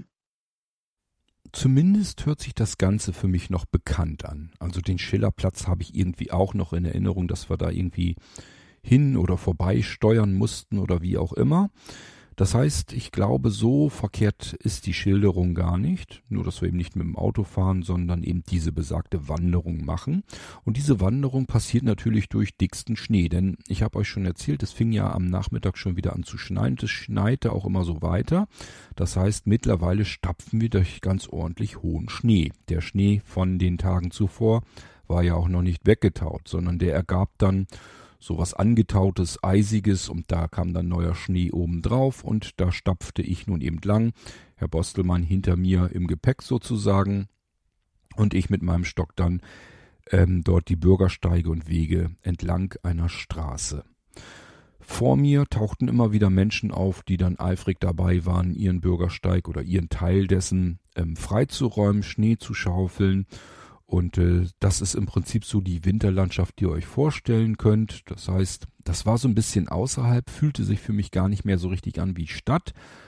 Zumindest hört sich das Ganze für mich noch bekannt an. Also den Schillerplatz habe ich irgendwie auch noch in Erinnerung, dass wir da irgendwie hin oder vorbei steuern mussten oder wie auch immer. Das heißt, ich glaube, so verkehrt ist die Schilderung gar nicht. Nur, dass wir eben nicht mit dem Auto fahren, sondern eben diese besagte Wanderung machen. Und diese Wanderung passiert natürlich durch dicksten Schnee. Denn ich habe euch schon erzählt, es fing ja am Nachmittag schon wieder an zu schneien. Es schneite auch immer so weiter. Das heißt, mittlerweile stapfen wir durch ganz ordentlich hohen Schnee. Der Schnee von den Tagen zuvor war ja auch noch nicht weggetaut, sondern der ergab dann sowas Angetautes, Eisiges und da kam dann neuer Schnee oben drauf und da stapfte ich nun eben lang, Herr Bostelmann hinter mir im Gepäck sozusagen und ich mit meinem Stock dann dort die Bürgersteige und Wege entlang einer Straße. Vor mir tauchten immer wieder Menschen auf, die dann eifrig dabei waren, ihren Bürgersteig oder ihren Teil dessen freizuräumen, Schnee zu schaufeln. Und das ist im Prinzip so die Winterlandschaft, die ihr euch vorstellen könnt. Das heißt, das war so ein bisschen außerhalb, fühlte sich für mich gar nicht mehr so richtig an wie Stadt.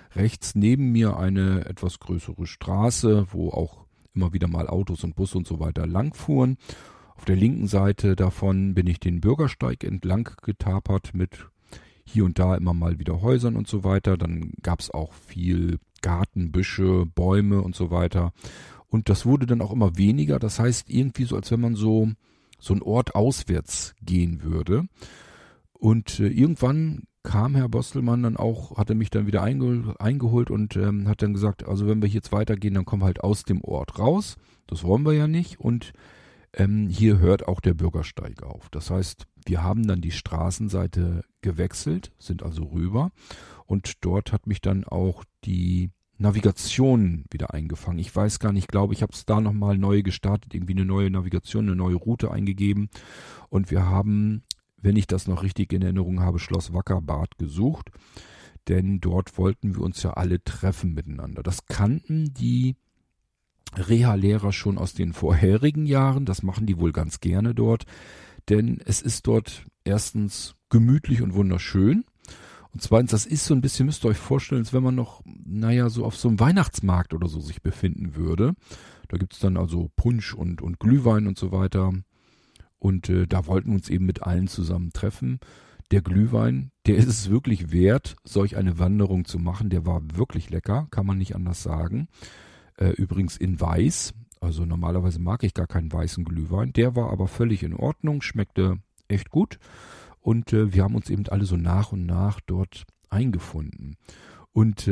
rechts neben mir eine etwas größere Straße, wo auch immer wieder mal Autos und Busse und so weiter langfuhren. Auf der linken Seite davon bin ich den Bürgersteig entlang getapert mit hier und da immer mal wieder Häusern und so weiter. Dann gab es auch viel Garten, Büsche, Bäume und so weiter. Und das wurde dann auch immer weniger. Das heißt irgendwie so, als wenn man so einen Ort auswärts gehen würde. Und irgendwann kam Herr Bostelmann dann auch, hatte mich dann wieder eingeholt und hat dann gesagt, also wenn wir jetzt weitergehen, dann kommen wir halt aus dem Ort raus. Das wollen wir ja nicht. Und hier hört auch der Bürgersteig auf. Das heißt, wir haben dann die Straßenseite gewechselt, sind also rüber. Und dort hat mich dann auch die Navigation wieder eingefangen. Ich weiß gar nicht, ich glaube, ich habe es da nochmal neu gestartet, irgendwie eine neue Navigation, eine neue Route eingegeben. Und wir haben, wenn ich das noch richtig in Erinnerung habe, Schloss Wackerbad gesucht. Denn dort wollten wir uns ja alle treffen miteinander. Das kannten die Reha-Lehrer schon aus den vorherigen Jahren. Das machen die wohl ganz gerne dort. Denn es ist dort erstens gemütlich und wunderschön. Und zweitens, das ist so ein bisschen, müsst ihr euch vorstellen, als wenn man noch, so auf so einem Weihnachtsmarkt oder so sich befinden würde. Da gibt's dann also Punsch und Glühwein und so weiter. Und da wollten wir uns eben mit allen zusammen treffen. Der Glühwein, der ist es wirklich wert, solch eine Wanderung zu machen. Der war wirklich lecker, kann man nicht anders sagen. Übrigens in Weiß. Also normalerweise mag ich gar keinen weißen Glühwein. Der war aber völlig in Ordnung, schmeckte echt gut. Und wir haben uns eben alle so nach und nach dort eingefunden. Und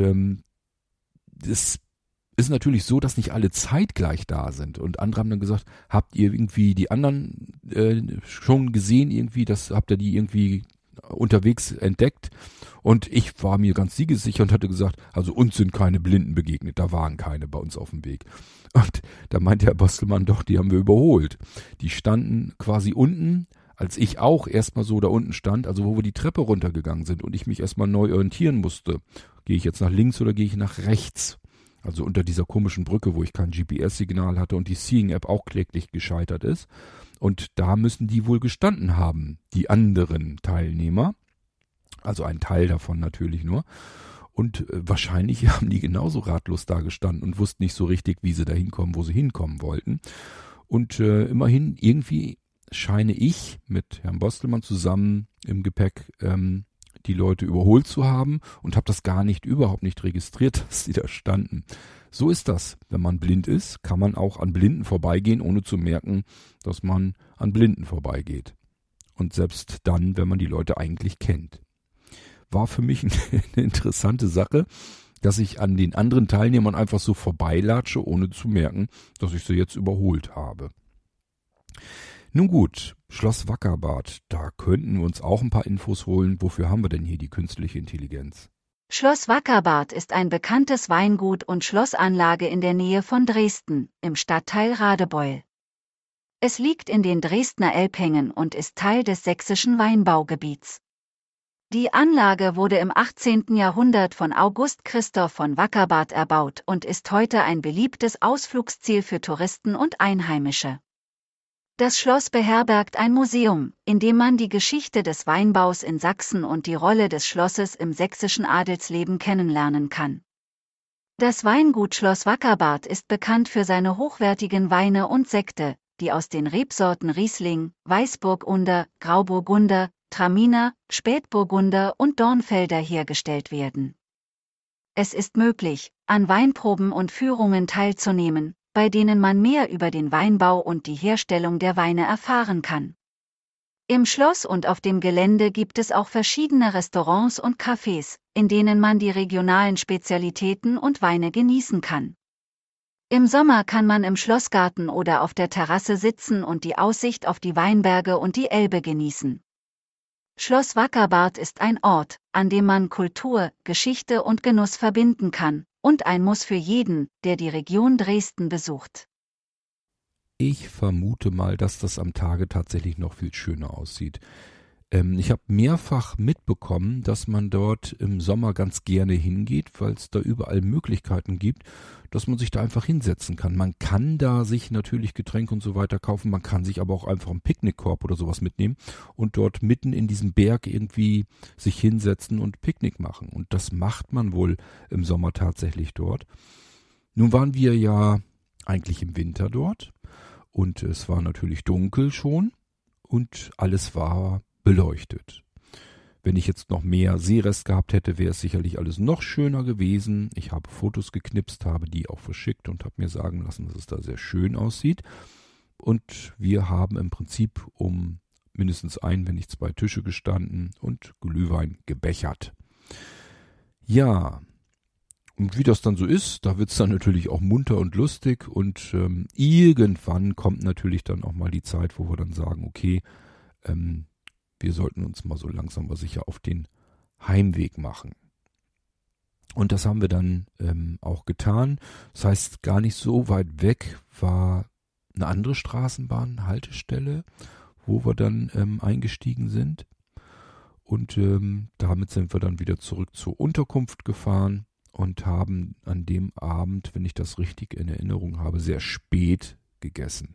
es ist natürlich so, dass nicht alle zeitgleich da sind. Und andere haben dann gesagt, habt ihr irgendwie die anderen schon gesehen irgendwie? Habt ihr die irgendwie unterwegs entdeckt? Und ich war mir ganz siegessicher und hatte gesagt, also uns sind keine Blinden begegnet. Da waren keine bei uns auf dem Weg. Und da meinte Herr Bostelmann, doch, die haben wir überholt. Die standen quasi unten, als ich auch erstmal so da unten stand, also wo wir die Treppe runtergegangen sind und ich mich erstmal neu orientieren musste. Gehe ich jetzt nach links oder gehe ich nach rechts? Also unter dieser komischen Brücke, wo ich kein GPS-Signal hatte und die Seeing-App auch kläglich gescheitert ist. Und da müssen die wohl gestanden haben, die anderen Teilnehmer. Also ein Teil davon natürlich nur. Und wahrscheinlich haben die genauso ratlos da gestanden und wussten nicht so richtig, wie sie da hinkommen, wo sie hinkommen wollten. Und immerhin irgendwie scheine ich mit Herrn Bostelmann zusammen im Gepäck die Leute überholt zu haben und habe das überhaupt nicht registriert, dass sie da standen. So ist das. Wenn man blind ist, kann man auch an Blinden vorbeigehen, ohne zu merken, dass man an Blinden vorbeigeht. Und selbst dann, wenn man die Leute eigentlich kennt. War für mich eine interessante Sache, dass ich an den anderen Teilnehmern einfach so vorbeilatsche, ohne zu merken, dass ich sie jetzt überholt habe. Nun gut, Schloss Wackerbad, da könnten wir uns auch ein paar Infos holen. Wofür haben wir denn hier die künstliche Intelligenz? Schloss Wackerbad ist ein bekanntes Weingut und Schlossanlage in der Nähe von Dresden, im Stadtteil Radebeul. Es liegt in den Dresdner Elbhängen und ist Teil des sächsischen Weinbaugebiets. Die Anlage wurde im 18. Jahrhundert von August Christoph von Wackerbad erbaut und ist heute ein beliebtes Ausflugsziel für Touristen und Einheimische. Das Schloss beherbergt ein Museum, in dem man die Geschichte des Weinbaus in Sachsen und die Rolle des Schlosses im sächsischen Adelsleben kennenlernen kann. Das Weingut Schloss Wackerbad ist bekannt für seine hochwertigen Weine und Sekte, die aus den Rebsorten Riesling, Weißburgunder, Grauburgunder, Traminer, Spätburgunder und Dornfelder hergestellt werden. Es ist möglich, an Weinproben und Führungen teilzunehmen, bei denen man mehr über den Weinbau und die Herstellung der Weine erfahren kann. Im Schloss und auf dem Gelände gibt es auch verschiedene Restaurants und Cafés, in denen man die regionalen Spezialitäten und Weine genießen kann. Im Sommer kann man im Schlossgarten oder auf der Terrasse sitzen und die Aussicht auf die Weinberge und die Elbe genießen. Schloss Wackerbad ist ein Ort, an dem man Kultur, Geschichte und Genuss verbinden kann, und ein Muss für jeden, der die Region Dresden besucht. Ich vermute mal, dass das am Tage tatsächlich noch viel schöner aussieht. Ich habe mehrfach mitbekommen, dass man dort im Sommer ganz gerne hingeht, weil es da überall Möglichkeiten gibt, dass man sich da einfach hinsetzen kann. Man kann da sich natürlich Getränke und so weiter kaufen, man kann sich aber auch einfach einen Picknickkorb oder sowas mitnehmen und dort mitten in diesem Berg irgendwie sich hinsetzen und Picknick machen. Und das macht man wohl im Sommer tatsächlich dort. Nun waren wir ja eigentlich im Winter dort und es war natürlich dunkel schon und alles war beleuchtet. Wenn ich jetzt noch mehr Seerest gehabt hätte, wäre es sicherlich alles noch schöner gewesen. Ich habe Fotos geknipst, habe die auch verschickt und habe mir sagen lassen, dass es da sehr schön aussieht. Und wir haben im Prinzip um mindestens wenn nicht zwei Tische gestanden und Glühwein gebechert. Ja, und wie das dann so ist, da wird es dann natürlich auch munter und lustig und irgendwann kommt natürlich dann auch mal die Zeit, wo wir dann sagen, okay, wir sollten uns mal so langsam aber sicher auf den Heimweg machen. Und das haben wir dann auch getan. Das heißt, gar nicht so weit weg war eine andere Straßenbahnhaltestelle, wo wir dann eingestiegen sind. Und damit sind wir dann wieder zurück zur Unterkunft gefahren und haben an dem Abend, wenn ich das richtig in Erinnerung habe, sehr spät gegessen.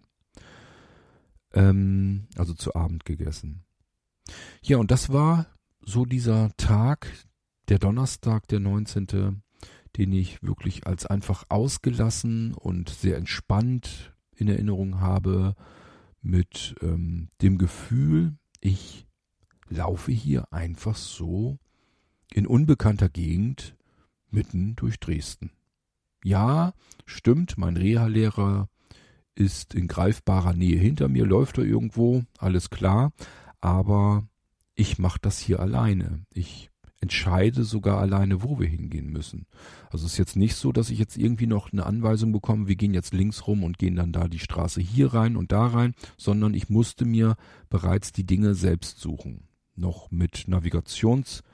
Also zu Abend gegessen. Ja, und das war so dieser Tag, der Donnerstag, der 19., den ich wirklich als einfach ausgelassen und sehr entspannt in Erinnerung habe, mit dem Gefühl, ich laufe hier einfach so in unbekannter Gegend mitten durch Dresden. Ja, stimmt, mein Reha-Lehrer ist in greifbarer Nähe hinter mir, läuft er irgendwo, alles klar. Aber ich mache das hier alleine. Ich entscheide sogar alleine, wo wir hingehen müssen. Also es ist jetzt nicht so, dass ich jetzt irgendwie noch eine Anweisung bekomme, wir gehen jetzt links rum und gehen dann da die Straße hier rein und da rein, sondern ich musste mir bereits die Dinge selbst suchen. Noch mit Navigationshilfe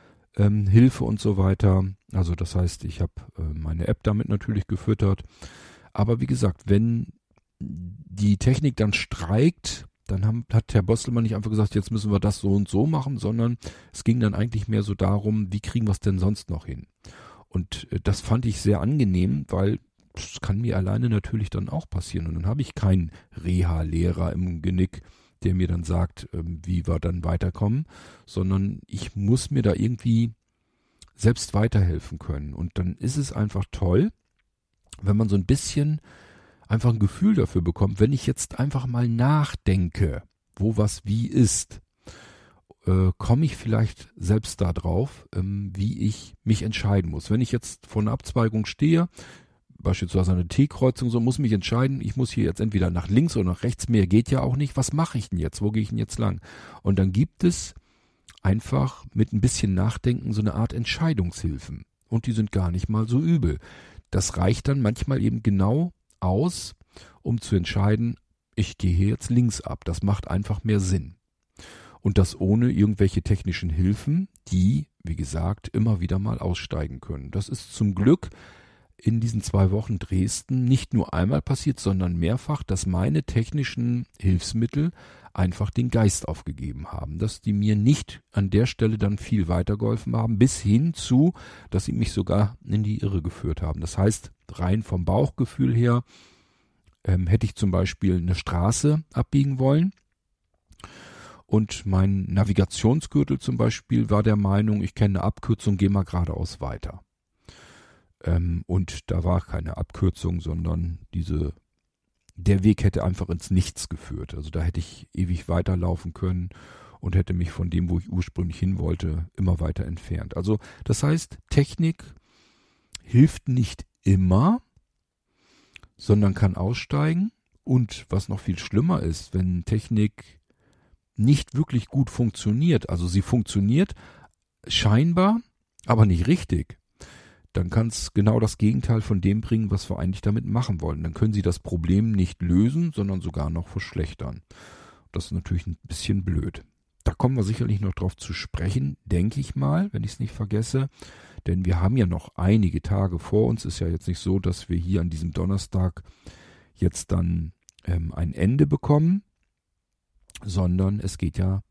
und so weiter. Also das heißt, ich habe meine App damit natürlich gefüttert. Aber wie gesagt, wenn die Technik dann streikt, dann hat Herr Bostelmann nicht einfach gesagt, jetzt müssen wir das so und so machen, sondern es ging dann eigentlich mehr so darum, wie kriegen wir es denn sonst noch hin? Und das fand ich sehr angenehm, weil das kann mir alleine natürlich dann auch passieren. Und dann habe ich keinen Reha-Lehrer im Genick, der mir dann sagt, wie wir dann weiterkommen, sondern ich muss mir da irgendwie selbst weiterhelfen können. Und dann ist es einfach toll, wenn man so ein bisschen einfach ein Gefühl dafür bekommt, wenn ich jetzt einfach mal nachdenke, wo was wie ist, komme ich vielleicht selbst da drauf, wie ich mich entscheiden muss. Wenn ich jetzt vor einer Abzweigung stehe, beispielsweise eine T-Kreuzung, so muss mich entscheiden, ich muss hier jetzt entweder nach links oder nach rechts, mehr geht ja auch nicht, was mache ich denn jetzt, wo gehe ich denn jetzt lang? Und dann gibt es einfach mit ein bisschen Nachdenken so eine Art Entscheidungshilfen und die sind gar nicht mal so übel. Das reicht dann manchmal eben genau aus, um zu entscheiden, ich gehe hier jetzt links ab. Das macht einfach mehr Sinn. Und das ohne irgendwelche technischen Hilfen, die, wie gesagt, immer wieder mal aussteigen können. Das ist zum Glück in diesen 2 Wochen Dresden nicht nur einmal passiert, sondern mehrfach, dass meine technischen Hilfsmittel einfach den Geist aufgegeben haben, dass die mir nicht an der Stelle dann viel weitergeholfen haben, bis hin zu, dass sie mich sogar in die Irre geführt haben. Das heißt, rein vom Bauchgefühl her hätte ich zum Beispiel eine Straße abbiegen wollen und mein Navigationsgürtel zum Beispiel war der Meinung, ich kenne eine Abkürzung, geh mal geradeaus weiter. Und da war keine Abkürzung, sondern der Weg hätte einfach ins Nichts geführt. Also da hätte ich ewig weiterlaufen können und hätte mich von dem, wo ich ursprünglich hin wollte, immer weiter entfernt. Also das heißt, Technik hilft nicht immer, sondern kann aussteigen. Und was noch viel schlimmer ist, wenn Technik nicht wirklich gut funktioniert, also sie funktioniert scheinbar, aber nicht richtig, dann kann es genau das Gegenteil von dem bringen, was wir eigentlich damit machen wollen. Dann können Sie das Problem nicht lösen, sondern sogar noch verschlechtern. Das ist natürlich ein bisschen blöd. Da kommen wir sicherlich noch drauf zu sprechen, denke ich mal, wenn ich es nicht vergesse. Denn wir haben ja noch einige Tage vor uns. Ist ja jetzt nicht so, dass wir hier an diesem Donnerstag jetzt dann ein Ende bekommen, sondern es geht ja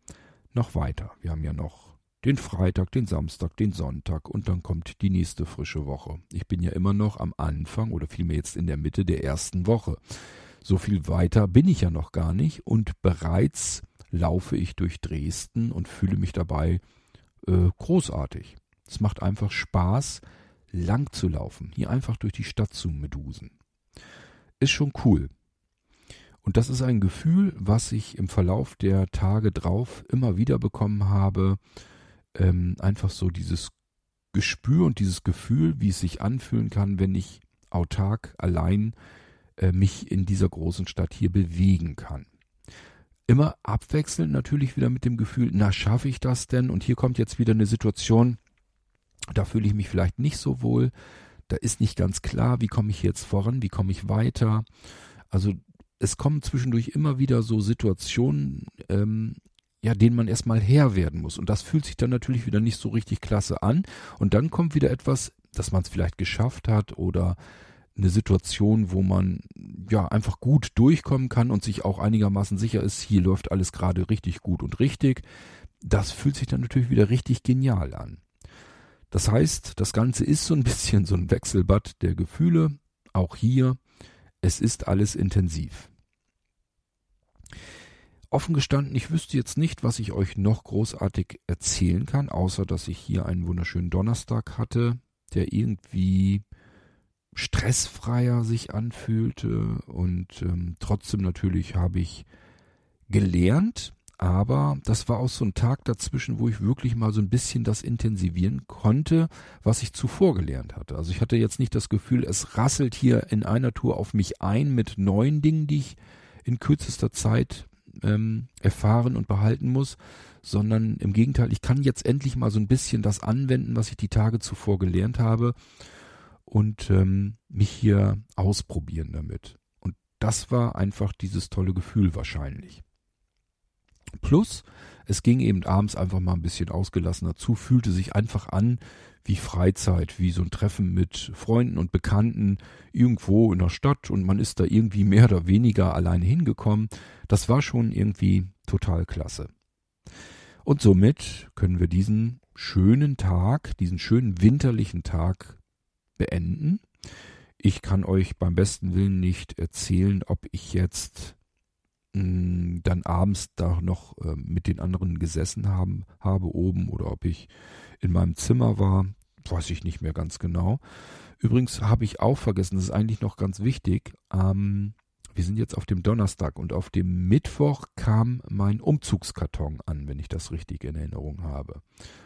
noch weiter. Wir haben ja noch den Freitag, den Samstag, den Sonntag und dann kommt die nächste frische Woche. Ich bin ja immer noch am Anfang oder vielmehr jetzt in der Mitte der ersten Woche. So viel weiter bin ich ja noch gar nicht und bereits laufe ich durch Dresden und fühle mich dabei großartig. Es macht einfach Spaß, lang zu laufen, hier einfach durch die Stadt zu medusen. Ist schon cool. Und das ist ein Gefühl, was ich im Verlauf der Tage drauf immer wieder bekommen habe. Einfach so dieses Gespür und dieses Gefühl, wie es sich anfühlen kann, wenn ich autark allein mich in dieser großen Stadt hier bewegen kann. Immer abwechselnd natürlich wieder mit dem Gefühl, na, schaffe ich das denn? Und hier kommt jetzt wieder eine Situation, da fühle ich mich vielleicht nicht so wohl. Da ist nicht ganz klar, wie komme ich jetzt voran, wie komme ich weiter. Also es kommen zwischendurch immer wieder so Situationen, denen man erstmal Herr werden muss. Und das fühlt sich dann natürlich wieder nicht so richtig klasse an. Und dann kommt wieder etwas, dass man es vielleicht geschafft hat oder eine Situation, wo man ja einfach gut durchkommen kann und sich auch einigermaßen sicher ist, hier läuft alles gerade richtig gut und richtig. Das fühlt sich dann natürlich wieder richtig genial an. Das heißt, das Ganze ist so ein bisschen so ein Wechselbad der Gefühle. Auch hier, es ist alles intensiv. Offen gestanden, ich wüsste jetzt nicht, was ich euch noch großartig erzählen kann, außer dass ich hier einen wunderschönen Donnerstag hatte, der irgendwie stressfreier sich anfühlte und trotzdem natürlich habe ich gelernt, aber das war auch so ein Tag dazwischen, wo ich wirklich mal so ein bisschen das intensivieren konnte, was ich zuvor gelernt hatte. Also ich hatte jetzt nicht das Gefühl, es rasselt hier in einer Tour auf mich ein mit neuen Dingen, die ich in kürzester Zeit erfahren und behalten muss, sondern im Gegenteil, ich kann jetzt endlich mal so ein bisschen das anwenden, was ich die Tage zuvor gelernt habe und mich hier ausprobieren damit. Und das war einfach dieses tolle Gefühl wahrscheinlich. Plus, es ging eben abends einfach mal ein bisschen ausgelassener zu, fühlte sich einfach an wie Freizeit, wie so ein Treffen mit Freunden und Bekannten irgendwo in der Stadt und man ist da irgendwie mehr oder weniger alleine hingekommen. Das war schon irgendwie total klasse. Und somit können wir diesen schönen Tag, diesen schönen winterlichen Tag beenden. Ich kann euch beim besten Willen nicht erzählen, ob ich jetzt dann abends da noch mit den anderen gesessen habe oben oder ob ich in meinem Zimmer war, weiß ich nicht mehr ganz genau. Übrigens habe ich auch vergessen, das ist eigentlich noch ganz wichtig, wir sind jetzt auf dem Donnerstag und auf dem Mittwoch kam mein Umzugskarton an, wenn ich das richtig in Erinnerung habe.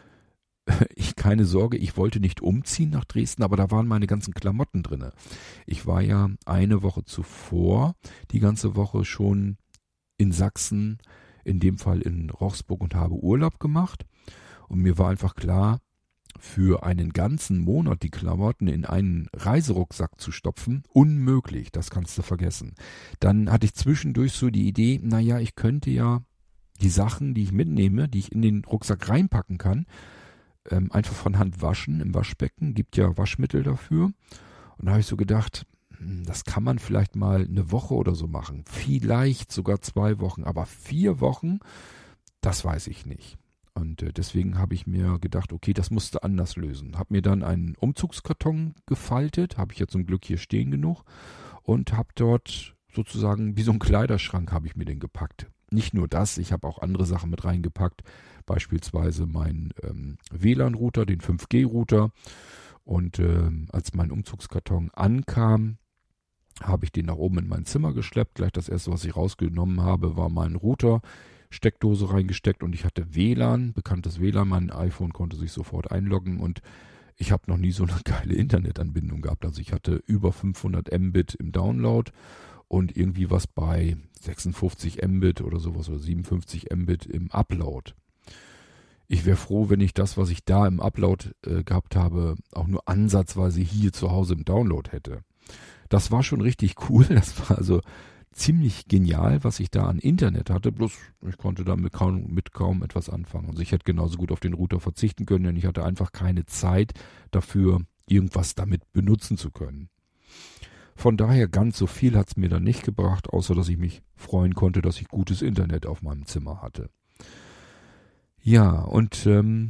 Keine Sorge, ich wollte nicht umziehen nach Dresden, aber da waren meine ganzen Klamotten drinne. Ich war ja eine Woche zuvor die ganze Woche schon in Sachsen, in dem Fall in Rochsburg und habe Urlaub gemacht. Und mir war einfach klar, für einen ganzen Monat die Klamotten in einen Reiserucksack zu stopfen, unmöglich, das kannst du vergessen. Dann hatte ich zwischendurch so die Idee, naja, ich könnte ja die Sachen, die ich mitnehme, die ich in den Rucksack reinpacken kann, einfach von Hand waschen im Waschbecken, gibt ja Waschmittel dafür. Und da habe ich so gedacht, das kann man vielleicht mal eine Woche oder so machen. Vielleicht sogar 2 Wochen, aber 4 Wochen, das weiß ich nicht. Und deswegen habe ich mir gedacht, okay, das musst du anders lösen. Habe mir dann einen Umzugskarton gefaltet, habe ich ja zum Glück hier stehen genug und habe dort sozusagen wie so ein Kleiderschrank habe ich mir den gepackt. Nicht nur das, ich habe auch andere Sachen mit reingepackt, beispielsweise meinen WLAN-Router, den 5G-Router. Und als mein Umzugskarton ankam, habe ich den nach oben in mein Zimmer geschleppt. Gleich das erste, was ich rausgenommen habe, war mein Router, Steckdose reingesteckt und ich hatte WLAN, bekanntes WLAN. Mein iPhone konnte sich sofort einloggen und ich habe noch nie so eine geile Internetanbindung gehabt. Also ich hatte über 500 Mbit im Download und irgendwie was bei 56 Mbit oder sowas oder 57 Mbit im Upload. Ich wäre froh, wenn ich das, was ich da im Upload gehabt habe, auch nur ansatzweise hier zu Hause im Download hätte. Das war schon richtig cool. Das war also ziemlich genial, was ich da an Internet hatte. Bloß ich konnte damit kaum etwas anfangen. Also ich hätte genauso gut auf den Router verzichten können, denn ich hatte einfach keine Zeit dafür, irgendwas damit benutzen zu können. Von daher ganz so viel hat es mir dann nicht gebracht, außer dass ich mich freuen konnte, dass ich gutes Internet auf meinem Zimmer hatte. Ja, und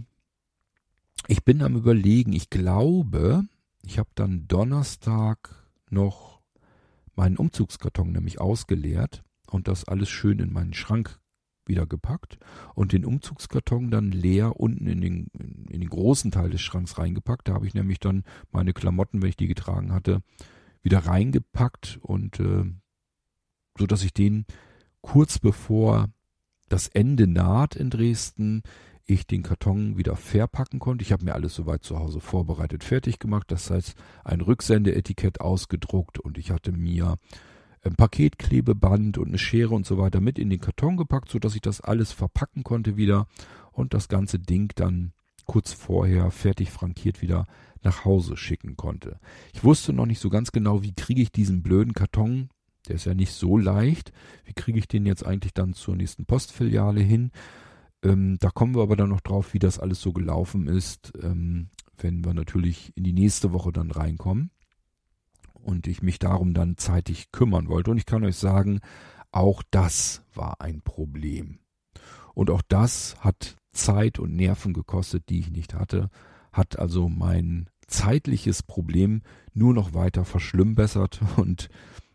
ich bin am Überlegen, ich glaube, ich habe dann Donnerstag noch meinen Umzugskarton nämlich ausgeleert und das alles schön in meinen Schrank wieder gepackt und den Umzugskarton dann leer unten in den großen Teil des Schranks reingepackt. Da habe ich nämlich dann meine Klamotten, wenn ich die getragen hatte, wieder reingepackt und so dass ich den kurz bevor das Ende naht in Dresden, ich den Karton wieder verpacken konnte. Ich habe mir alles soweit zu Hause vorbereitet, fertig gemacht. Das heißt, ein Rücksendeetikett ausgedruckt und ich hatte mir ein Paketklebeband und eine Schere und so weiter mit in den Karton gepackt, sodass ich das alles verpacken konnte wieder und das ganze Ding dann kurz vorher fertig frankiert wieder nach Hause schicken konnte. Ich wusste noch nicht so ganz genau, wie kriege ich diesen blöden Karton, der ist ja nicht so leicht, wie kriege ich den jetzt eigentlich dann zur nächsten Postfiliale hin. Da kommen wir aber dann noch drauf, wie das alles so gelaufen ist, wenn wir natürlich in die nächste Woche dann reinkommen und ich mich darum dann zeitig kümmern wollte. Und ich kann euch sagen, auch das war ein Problem. Und auch das hat Zeit und Nerven gekostet, die ich nicht hatte, hat also mein zeitliches Problem nur noch weiter verschlimmbessert und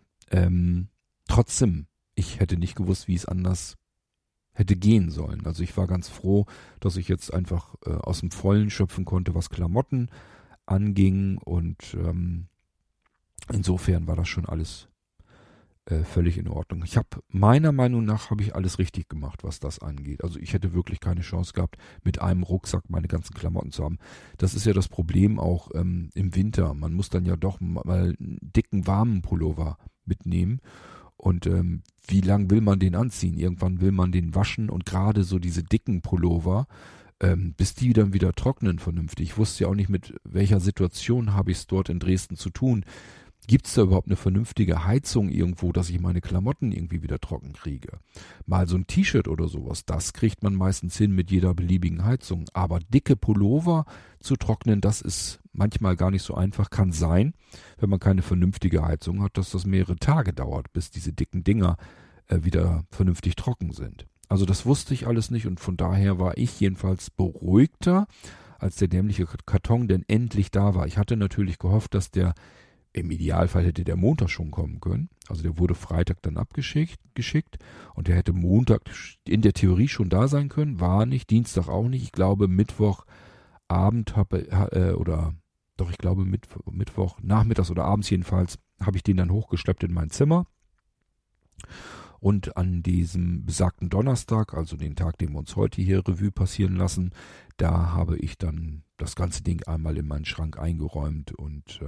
trotzdem, ich hätte nicht gewusst, wie es anders hätte gehen sollen. Also ich war ganz froh, dass ich jetzt einfach aus dem Vollen schöpfen konnte, was Klamotten anging und insofern war das schon alles völlig in Ordnung. Meiner Meinung nach habe ich alles richtig gemacht, was das angeht. Also ich hätte wirklich keine Chance gehabt, mit einem Rucksack meine ganzen Klamotten zu haben. Das ist ja das Problem auch im Winter. Man muss dann ja doch mal einen dicken, warmen Pullover mitnehmen. Und wie lang will man den anziehen? Irgendwann will man den waschen und gerade so diese dicken Pullover, bis die dann wieder trocknen vernünftig. Ich wusste ja auch nicht, mit welcher Situation habe ich es dort in Dresden zu tun. Gibt es da überhaupt eine vernünftige Heizung irgendwo, dass ich meine Klamotten irgendwie wieder trocken kriege? Mal so ein T-Shirt oder sowas, das kriegt man meistens hin mit jeder beliebigen Heizung. Aber dicke Pullover zu trocknen, das ist manchmal gar nicht so einfach. Kann sein, wenn man keine vernünftige Heizung hat, dass das mehrere Tage dauert, bis diese dicken Dinger wieder vernünftig trocken sind. Also das wusste ich alles nicht und von daher war ich jedenfalls beruhigter, als der dämliche Karton denn endlich da war. Ich hatte natürlich gehofft, dass im Idealfall hätte der Montag schon kommen können. Also der wurde Freitag dann geschickt und der hätte Montag in der Theorie schon da sein können. War nicht, Dienstag auch nicht. Ich glaube Mittwochabend Mittwoch nachmittags oder abends jedenfalls habe ich den dann hochgeschleppt in mein Zimmer. Und an diesem besagten Donnerstag, also den Tag, den wir uns heute hier Revue passieren lassen, da habe ich dann das ganze Ding einmal in meinen Schrank eingeräumt und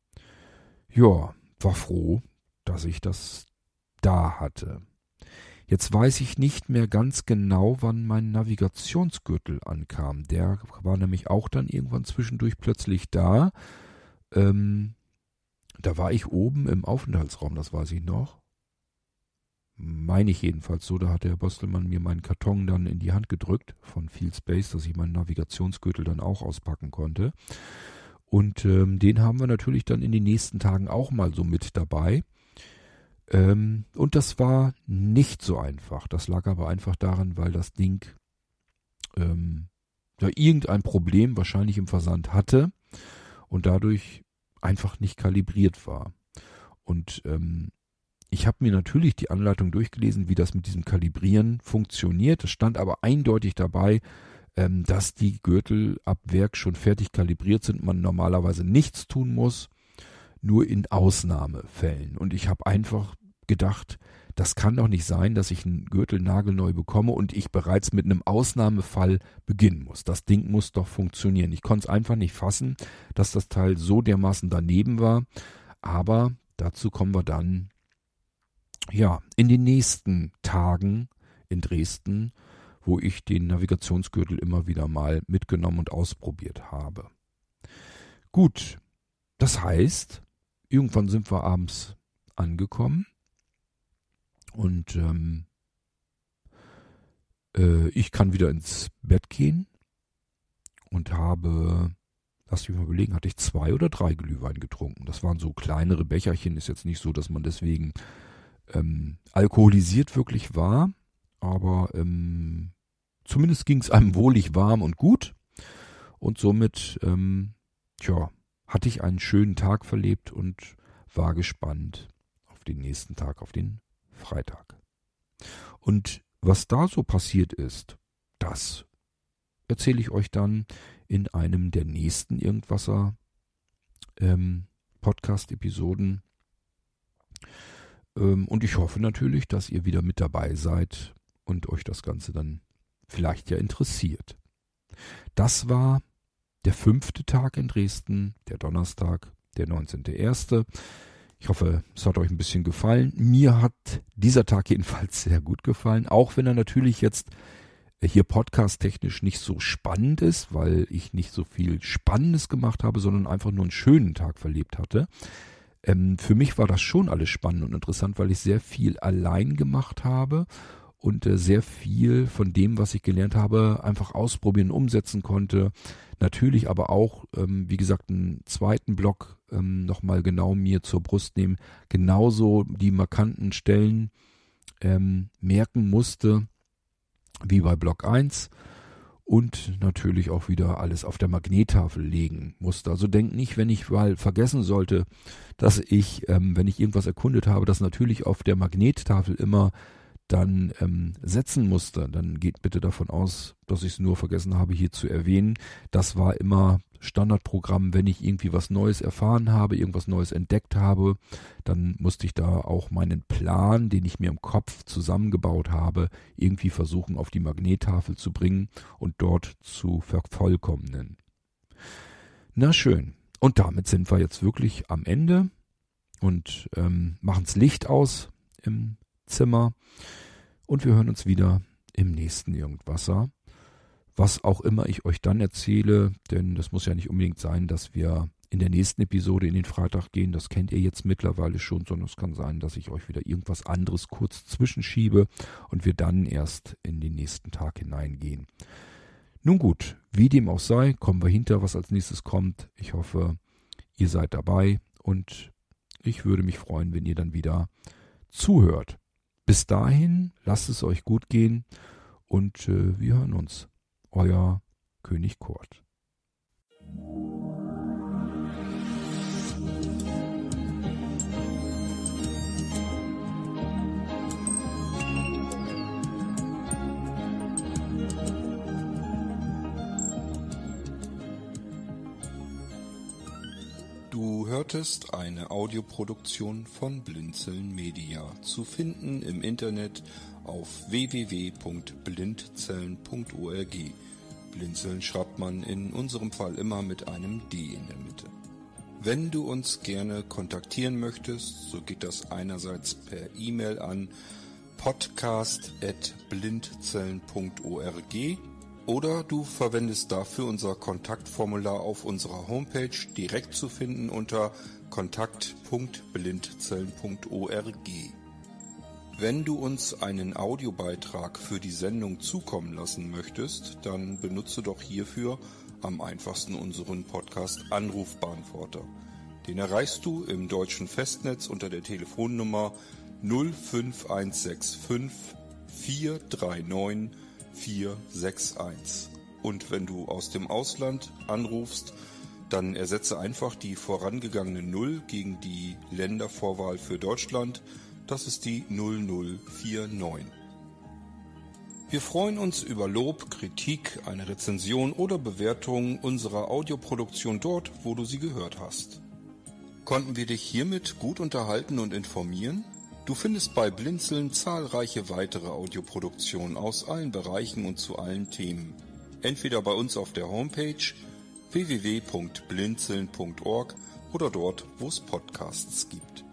war froh, dass ich das da hatte. Jetzt weiß ich nicht mehr ganz genau, wann mein Navigationsgürtel ankam. Der war nämlich auch dann irgendwann zwischendurch plötzlich da. Da war ich oben im Aufenthaltsraum, das weiß ich noch. Meine ich jedenfalls so, da hat der Herr Bostelmann mir meinen Karton dann in die Hand gedrückt von Feel Space, dass ich meinen Navigationsgürtel dann auch auspacken konnte. Und den haben wir natürlich dann in den nächsten Tagen auch mal so mit dabei. Und das war nicht so einfach. Das lag aber einfach daran, weil das Ding da irgendein Problem wahrscheinlich im Versand hatte und dadurch einfach nicht kalibriert war. Und ich habe mir natürlich die Anleitung durchgelesen, wie das mit diesem Kalibrieren funktioniert. Es stand aber eindeutig dabei, dass die Gürtel ab Werk schon fertig kalibriert sind, man normalerweise nichts tun muss, nur in Ausnahmefällen. Und ich habe einfach gedacht, das kann doch nicht sein, dass ich einen Gürtel nagelneu bekomme und ich bereits mit einem Ausnahmefall beginnen muss. Das Ding muss doch funktionieren. Ich konnte es einfach nicht fassen, dass das Teil so dermaßen daneben war. Aber dazu kommen wir dann in den nächsten Tagen in Dresden, wo ich den Navigationsgürtel immer wieder mal mitgenommen und ausprobiert habe. Gut, das heißt, irgendwann sind wir abends angekommen und ich kann wieder ins Bett gehen und habe, lass mich mal überlegen, hatte ich 2 oder 3 Glühwein getrunken. Das waren so kleinere Becherchen, ist jetzt nicht so, dass man deswegen alkoholisiert wirklich war, aber zumindest ging es einem wohlig warm und gut. Und somit, hatte ich einen schönen Tag verlebt und war gespannt auf den nächsten Tag, auf den Freitag. Und was da so passiert ist, das erzähle ich euch dann in einem der nächsten Irgendwasser Podcast-Episoden. Und ich hoffe natürlich, dass ihr wieder mit dabei seid und euch das Ganze dann vielleicht ja interessiert. Das war der 5. Tag in Dresden, der Donnerstag, der 19.01. Ich hoffe, es hat euch ein bisschen gefallen. Mir hat dieser Tag jedenfalls sehr gut gefallen, auch wenn er natürlich jetzt hier podcast-technisch nicht so spannend ist, weil ich nicht so viel Spannendes gemacht habe, sondern einfach nur einen schönen Tag verlebt hatte. Für mich war das schon alles spannend und interessant, weil ich sehr viel allein gemacht habe und sehr viel von dem, was ich gelernt habe, einfach ausprobieren, umsetzen konnte. Natürlich aber auch, wie gesagt, einen zweiten Block nochmal genau mir zur Brust nehmen, genauso die markanten Stellen merken musste, wie bei Block 1 und natürlich auch wieder alles auf der Magnettafel legen musste. Also denkt nicht, wenn ich mal vergessen sollte, dass ich, wenn ich irgendwas erkundet habe, das natürlich auf der Magnettafel immer dann setzen musste, dann geht bitte davon aus, dass ich es nur vergessen habe, hier zu erwähnen. Das war immer Standardprogramm, wenn ich irgendwie was Neues erfahren habe, irgendwas Neues entdeckt habe, dann musste ich da auch meinen Plan, den ich mir im Kopf zusammengebaut habe, irgendwie versuchen auf die Magnettafel zu bringen und dort zu vervollkommnen. Na schön. Und damit sind wir jetzt wirklich am Ende und machen's Licht aus im Zimmer und wir hören uns wieder im nächsten Irgendwasser. Was auch immer ich euch dann erzähle, denn das muss ja nicht unbedingt sein, dass wir in der nächsten Episode in den Freitag gehen, das kennt ihr jetzt mittlerweile schon, sondern es kann sein, dass ich euch wieder irgendwas anderes kurz zwischenschiebe und wir dann erst in den nächsten Tag hineingehen. Nun gut, wie dem auch sei, kommen wir hinter, was als nächstes kommt. Ich hoffe, ihr seid dabei und ich würde mich freuen, wenn ihr dann wieder zuhört. Bis dahin, lasst es euch gut gehen und wir hören uns. Euer König Kurt. Du hörtest eine Audioproduktion von Blinzeln Media, zu finden im Internet auf www.blindzellen.org. Blinzeln schreibt man in unserem Fall immer mit einem D in der Mitte. Wenn du uns gerne kontaktieren möchtest, so geht das einerseits per E-Mail an podcast@blindzellen.org oder du verwendest dafür unser Kontaktformular auf unserer Homepage, direkt zu finden unter kontakt.blindzellen.org. Wenn du uns einen Audiobeitrag für die Sendung zukommen lassen möchtest, dann benutze doch hierfür am einfachsten unseren Podcast Anrufbeantworter. Den erreichst du im deutschen Festnetz unter der Telefonnummer 05165 439 461. Und wenn du aus dem Ausland anrufst, dann ersetze einfach die vorangegangene 0 gegen die Ländervorwahl für Deutschland. Das ist die 0049. Wir freuen uns über Lob, Kritik, eine Rezension oder Bewertung unserer Audioproduktion dort, wo du sie gehört hast. Konnten wir dich hiermit gut unterhalten und informieren? Du findest bei Blinzeln zahlreiche weitere Audioproduktionen aus allen Bereichen und zu allen Themen. Entweder bei uns auf der Homepage www.blinzeln.org oder dort, wo es Podcasts gibt.